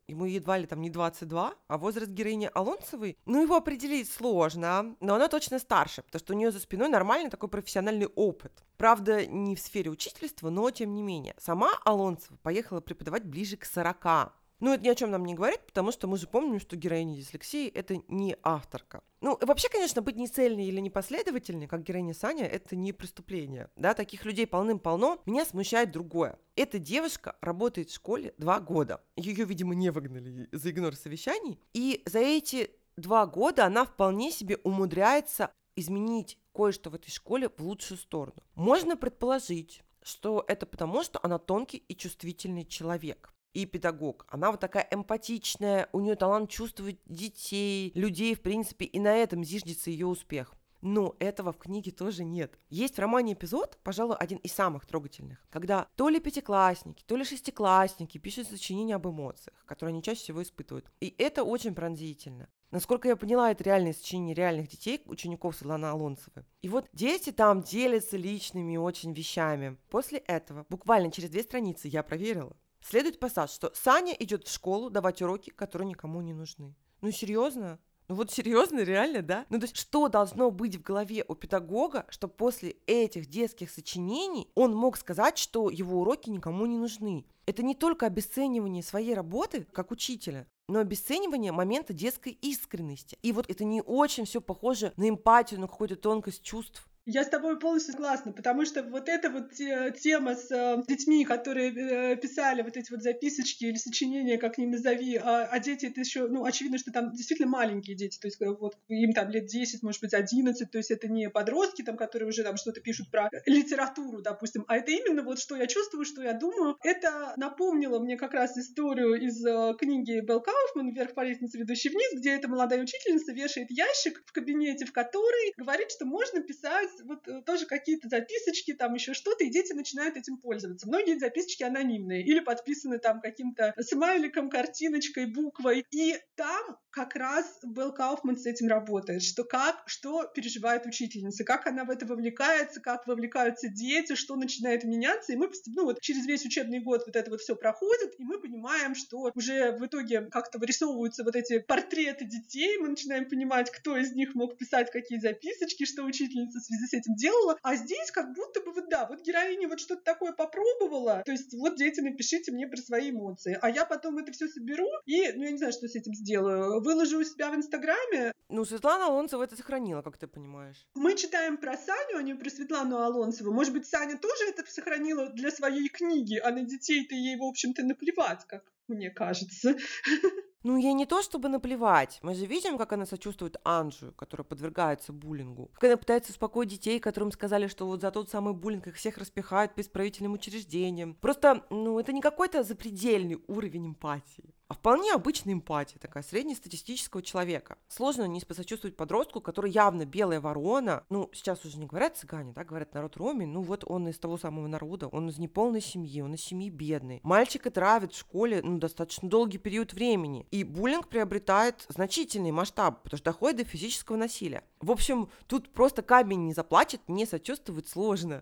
ему едва ли там не 22, а возраст героини Алонсовой, ну, его определить сложно, но она точно старше, потому что у нее за спиной нормальный такой профессиональный опыт. Правда, не в сфере учительства, но тем не менее. Сама Алонсова поехала преподавать ближе к 40. Ну, это ни о чем нам не говорит, потому что мы же помним, что героиня дислексии — это не авторка. Ну, и вообще, конечно, быть нецельной или непоследовательной, как героиня Саня, это не преступление. Да, таких людей полным-полно. Меня смущает другое. Эта девушка работает в школе 2 года. Ее, видимо, не выгнали за игнор совещаний. И за эти 2 года она вполне себе умудряется изменить кое-что в этой школе в лучшую сторону. Можно предположить, что это потому, что она тонкий и чувствительный человек. И педагог. Она вот такая эмпатичная, у нее талант чувствовать детей, людей, в принципе, и на этом зиждется ее успех. Но этого в книге тоже нет. Есть в романе эпизод, пожалуй, один из самых трогательных, когда то ли пятиклассники, то ли шестиклассники пишут сочинения об эмоциях, которые они чаще всего испытывают. И это очень пронзительно. Насколько я поняла, это реальные сочинения реальных детей, учеников Светланы Алонсовой. И вот дети там делятся личными очень вещами. После этого, буквально через 2 страницы, я проверила, следует пассаж, что Саня идет в школу давать уроки, которые никому не нужны. Ну, серьезно? Ну вот серьезно, реально, да? Ну то есть что должно быть в голове у педагога, чтобы после этих детских сочинений он мог сказать, что его уроки никому не нужны? Это не только обесценивание своей работы как учителя, но обесценивание момента детской искренности. И вот это не очень все похоже на эмпатию, на какую-то тонкость чувств. Я с тобой полностью согласна, потому что вот эта вот тема с детьми, которые писали вот эти вот записочки или сочинения, как ни назови, а дети это еще, ну, очевидно, что там действительно маленькие дети, то есть вот им там лет 10, может быть, 11, то есть это не подростки, там, которые уже там что-то пишут про литературу, допустим, а это именно вот что я чувствую, что я думаю. Это напомнило мне как раз историю из книги Белл Кауфман «Вверх по лестнице, ведущей вниз», где эта молодая учительница вешает ящик в кабинете, в который говорит, что можно писать вот тоже какие-то записочки, там еще что-то, и дети начинают этим пользоваться. Многие записочки анонимные или подписаны там каким-то смайликом, картиночкой, буквой. И там как раз Белл Кауфман с этим работает, что переживает учительница, как она в это вовлекается, как вовлекаются дети, что начинает меняться. И мы постепенно, ну вот через весь учебный год вот это вот все проходит, и мы понимаем, что уже в итоге как-то вырисовываются вот эти портреты детей, мы начинаем понимать, кто из них мог писать какие записочки, что учительница в связи с этим делала. А здесь как будто бы вот да, вот героиня вот что-то такое попробовала, то есть вот дети, напишите мне про свои эмоции, а я потом это все соберу и, ну я не знаю, что с этим сделаю, выложу у себя в Инстаграме. Ну, Светлана Алонсова это сохранила, как ты понимаешь. Мы читаем про Саню, а не про Светлану Алонсову. Может быть, Саня тоже это сохранила для своей книги, а на детей-то ей, в общем-то, наплевать, как мне кажется. Ну, ей не то чтобы наплевать. Мы же видим, как она сочувствует Анжу, которая подвергается буллингу. Как она пытается успокоить детей, которым сказали, что вот за тот самый буллинг их всех распихают по исправительным учреждениям. Просто, ну, это не какой-то запредельный уровень эмпатии, а вполне обычная эмпатия, такая среднестатистического человека. Сложно не посочувствовать подростку, который явно белая ворона. Ну, сейчас уже не говорят цыгане, да, говорят народ роми. Ну, вот он из того самого народа, он из неполной семьи, он из семьи бедной. Мальчика травят в школе, ну, достаточно долгий период времени. И буллинг приобретает значительный масштаб, потому что доходит до физического насилия. В общем, тут просто камень не заплачет, не сочувствовать сложно.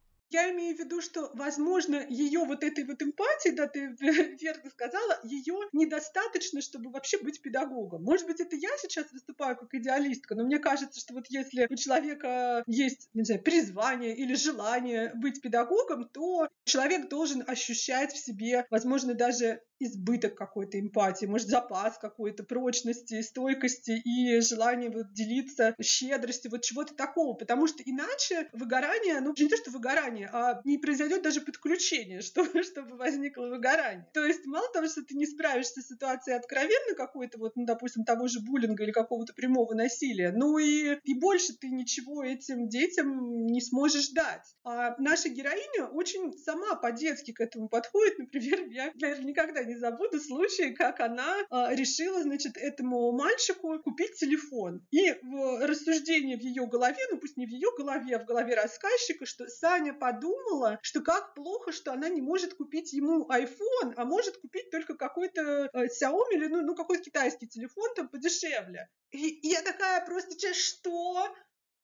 Я имею в виду, что, возможно, ее вот этой вот эмпатии, да, ты верно сказала, ее недостаточно, чтобы вообще быть педагогом. Может быть, это я сейчас выступаю как идеалистка, но мне кажется, что вот если у человека есть, не знаю, призвание или желание быть педагогом, то человек должен ощущать в себе, возможно, даже избыток какой-то эмпатии, может, запас какой-то прочности, стойкости и желание вот делиться щедростью, вот чего-то такого, потому что иначе выгорание, ну, не то, что выгорание, а не произойдет даже подключение, чтобы возникло выгорание. То есть мало того, что ты не справишься с ситуацией откровенно какой-то, вот, ну, допустим, того же буллинга или какого-то прямого насилия, ну и больше ты ничего этим детям не сможешь дать. А наша героиня очень сама по-детски к этому подходит. Например, я, наверное, никогда не забуду случай, как она решила, значит, этому мальчику купить телефон. И в рассуждении в ее голове, ну пусть не в ее голове, а в голове рассказчика, что Саня подумала, что как плохо, что она не может купить ему iPhone, а может купить только какой-то Xiaomi или ну какой-то китайский телефон там подешевле. И я такая просто, что?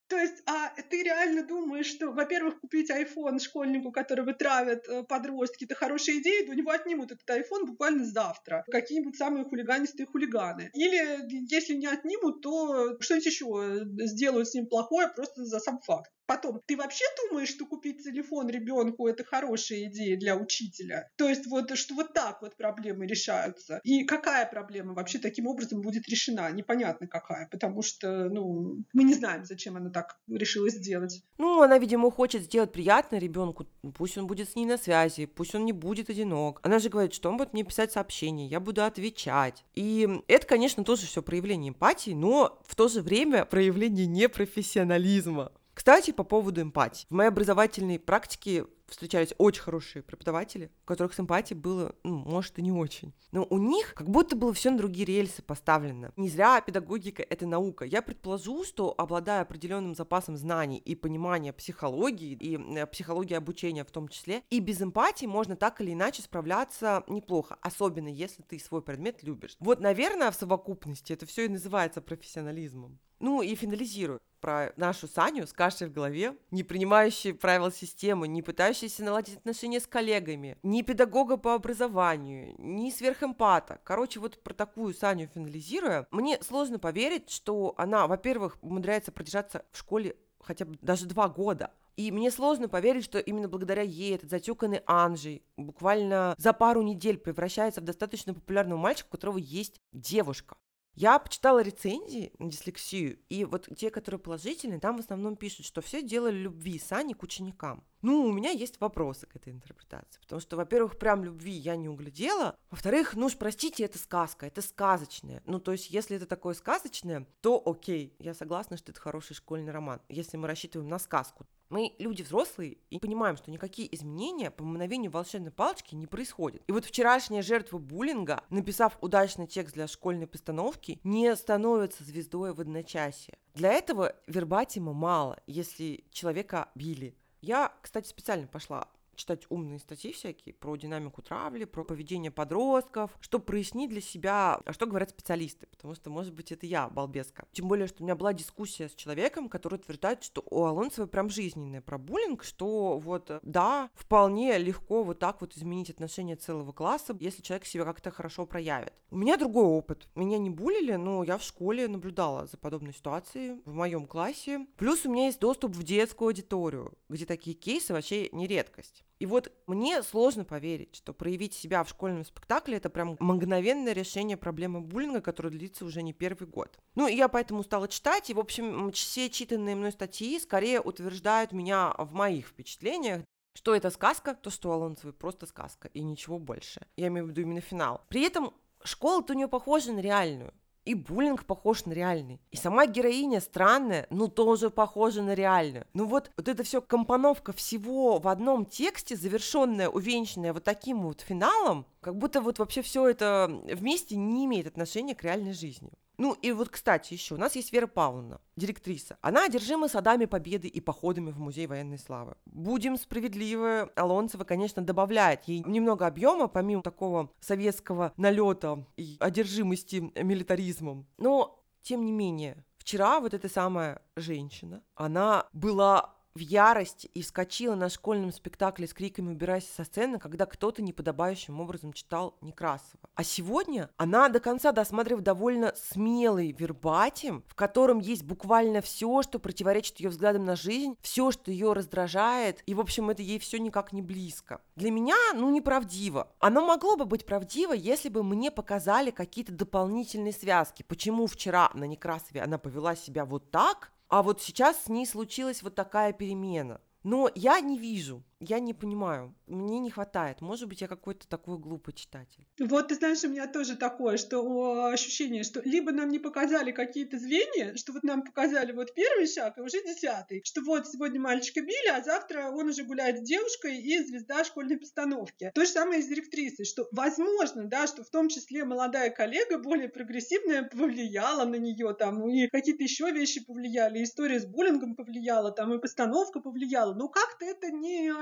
То есть, ты реально думаешь, что, во-первых, купить iPhone школьнику, которого травят подростки, это хорошая идея, да у него отнимут этот iPhone буквально завтра. Какие-нибудь самые хулиганистые хулиганы. Или если не отнимут, то что-нибудь еще сделают с ним плохое просто за сам факт. Потом, ты вообще думаешь, что купить телефон ребенку это хорошая идея для учителя? То есть вот, что вот так вот проблемы решаются. И какая проблема вообще таким образом будет решена? Непонятно какая, потому что, мы не знаем, зачем она так решила сделать. Ну, она, видимо, хочет сделать приятно ребенку. Пусть он будет с ней на связи, пусть он не будет одинок. Она же говорит, что он будет мне писать сообщения, я буду отвечать. И это, конечно, тоже все проявление эмпатии, но в то же время проявление непрофессионализма. Кстати, по поводу эмпатии. В моей образовательной практике встречались очень хорошие преподаватели, у которых с эмпатией было, может, и не очень. Но у них как будто было все на другие рельсы поставлено. Не зря педагогика — это наука. Я предположу, что, обладая определенным запасом знаний и понимания психологии, и психологии обучения в том числе, и без эмпатии можно так или иначе справляться неплохо, особенно если ты свой предмет любишь. Вот, наверное, в совокупности это все и называется профессионализмом. Ну и финализирую про нашу Саню с кашей в голове, не принимающую правила системы, не пытающаяся наладить отношения с коллегами, ни педагога по образованию, ни сверхэмпата. Короче, вот про такую Саню финализируя, мне сложно поверить, что она, во-первых, умудряется продержаться в школе хотя бы даже 2 года. И мне сложно поверить, что именно благодаря ей этот затюканный Анжей буквально за пару недель превращается в достаточно популярного мальчика, у которого есть девушка. Я почитала рецензии на дислексию, и вот те, которые положительные, там в основном пишут, что все дело любви Сани к ученикам. Ну, у меня есть вопросы к этой интерпретации, потому что, во-первых, прям любви я не углядела, во-вторых, ну уж простите, это сказка, это сказочное. Ну, то есть, если это такое сказочное, то окей, я согласна, что это хороший школьный роман, если мы рассчитываем на сказку. Мы люди взрослые и понимаем, что никакие изменения по мгновению волшебной палочки не происходят. И вот вчерашняя жертва буллинга, написав удачный текст для школьной постановки, не становится звездой в одночасье. Для этого вербатима мало, если человека били. Я, кстати, специально пошла читать умные статьи всякие про динамику травли, про поведение подростков, чтобы прояснить для себя, что говорят специалисты, потому что, может быть, это я, балбеска. Тем более, что у меня была дискуссия с человеком, который утверждает, что у Алонсовой прям жизненная про буллинг, что вот, да, вполне легко вот так вот изменить отношение целого класса, если человек себя как-то хорошо проявит. У меня другой опыт. Меня не буллили, но я в школе наблюдала за подобной ситуацией в моем классе. Плюс у меня есть доступ в детскую аудиторию, где такие кейсы вообще не редкость. И вот мне сложно поверить, что проявить себя в школьном спектакле — это прям мгновенное решение проблемы буллинга, которая длится уже не первый год. Ну, и я поэтому стала читать, и, в общем, все читанные мной статьи скорее утверждают меня в моих впечатлениях, что это сказка, то, что у Алонсовой просто сказка, и ничего больше. Я имею в виду именно финал. При этом школа-то у нее похожа на реальную. И буллинг похож на реальный. И сама героиня странная, но тоже похожа на реальную. Ну вот это все компоновка всего в одном тексте, завершенная, увенчанная вот таким вот финалом, как будто вот вообще все это вместе не имеет отношения к реальной жизни. Ну и вот, кстати, еще у нас есть Вера Павловна, директриса. Она одержима садами победы и походами в Музей военной славы. Будем справедливы, Алонсова, конечно, добавляет ей немного объема, помимо такого советского налета и одержимости милитаризмом. Но, тем не менее, вчера вот эта самая женщина, она была в ярости и вскочила на школьном спектакле с криками «Убирайся со сцены», когда кто-то неподобающим образом читал Некрасова. А сегодня она до конца досматривает довольно смелый вербатим, в котором есть буквально все, что противоречит ее взглядам на жизнь, все, что ее раздражает, и, в общем, это ей все никак не близко. Для меня, неправдиво. Оно могло бы быть правдиво, если бы мне показали какие-то дополнительные связки. Почему вчера на Некрасове она повела себя вот так, а вот сейчас с ней случилась вот такая перемена. Но я не вижу, я не понимаю, мне не хватает. Может быть, я какой-то такой глупый читатель. Вот, ты знаешь, у меня тоже такое, что ощущение, что либо нам не показали какие-то звенья, что вот нам показали вот первый шаг, и уже 10-й, что вот сегодня мальчика били, а завтра он уже гуляет с девушкой и звезда школьной постановки. То же самое и с директрисой, что возможно, да, что в том числе молодая коллега, более прогрессивная, повлияла на нее там, и какие-то еще вещи повлияли, и история с буллингом повлияла, там, и постановка повлияла, но как-то это не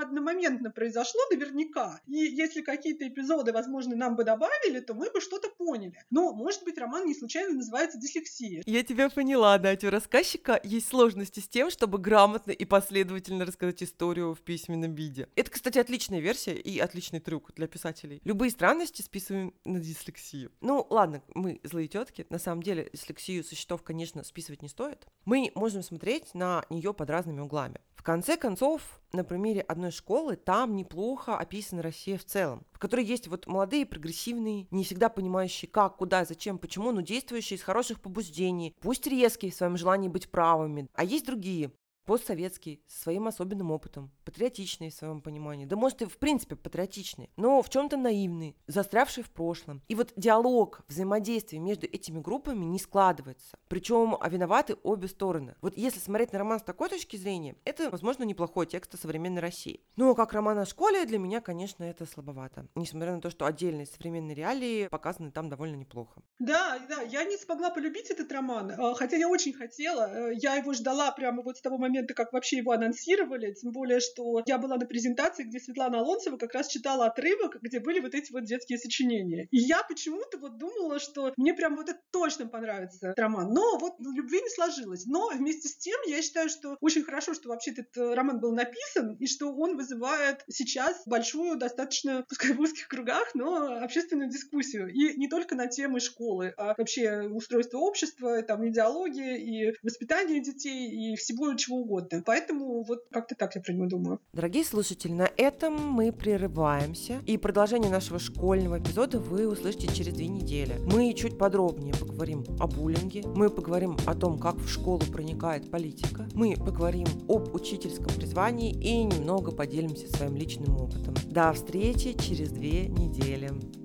одномоментно произошло наверняка. И если какие-то эпизоды, возможно, нам бы добавили, то мы бы что-то поняли. Но, может быть, роман не случайно называется «Дислексия». Я тебя поняла, Надя. У рассказчика есть сложности с тем, чтобы грамотно и последовательно рассказать историю в письменном виде. Это, кстати, отличная версия и отличный трюк для писателей. Любые странности списываем на дислексию. Ну, ладно, мы злые тетки. На самом деле, дислексию со счетов, конечно, списывать не стоит. Мы можем смотреть на нее под разными углами. В конце концов, на примере одной школы там неплохо описана Россия в целом, в которой есть вот молодые, прогрессивные, не всегда понимающие как, куда, зачем, почему, но действующие из хороших побуждений, пусть резкие в своем желании быть правыми, а есть другие, постсоветские, со своим особенным опытом, патриотичные в своем понимании, да может и в принципе патриотичные, но в чем-то наивные, застрявшие в прошлом. И вот диалог, взаимодействие между этими группами не складывается. Причем виноваты обе стороны. Вот если смотреть на роман с такой точки зрения, это, возможно, неплохой текст о современной России. Но как роман о школе, для меня, конечно, это слабовато. Несмотря на то, что отдельные современные реалии показаны там довольно неплохо. Да, я не смогла полюбить этот роман, хотя я очень хотела. Я его ждала прямо вот с того момента, как вообще его анонсировали, тем более, что я была на презентации, где Светлана Алонцева как раз читала отрывок, где были вот эти вот детские сочинения. И я почему-то вот думала, что мне прям вот это точно понравится этот роман. Но вот любви не сложилось. Но вместе с тем я считаю, что очень хорошо, что вообще этот роман был написан, и что он вызывает сейчас большую, достаточно, пускай в узких кругах, но общественную дискуссию. И не только на темы школы, а вообще устройство общества, там, идеологии и воспитание детей, и всего чего угодно. Поэтому вот как-то так я про него думаю. Дорогие слушатели, на этом мы прерываемся. И продолжение нашего школьного эпизода вы услышите через 2 недели. Мы чуть подробнее поговорим о буллинге. Мы поговорим о том, как в школу проникает политика. Мы поговорим об учительском призвании и немного поделимся своим личным опытом. До встречи через 2 недели.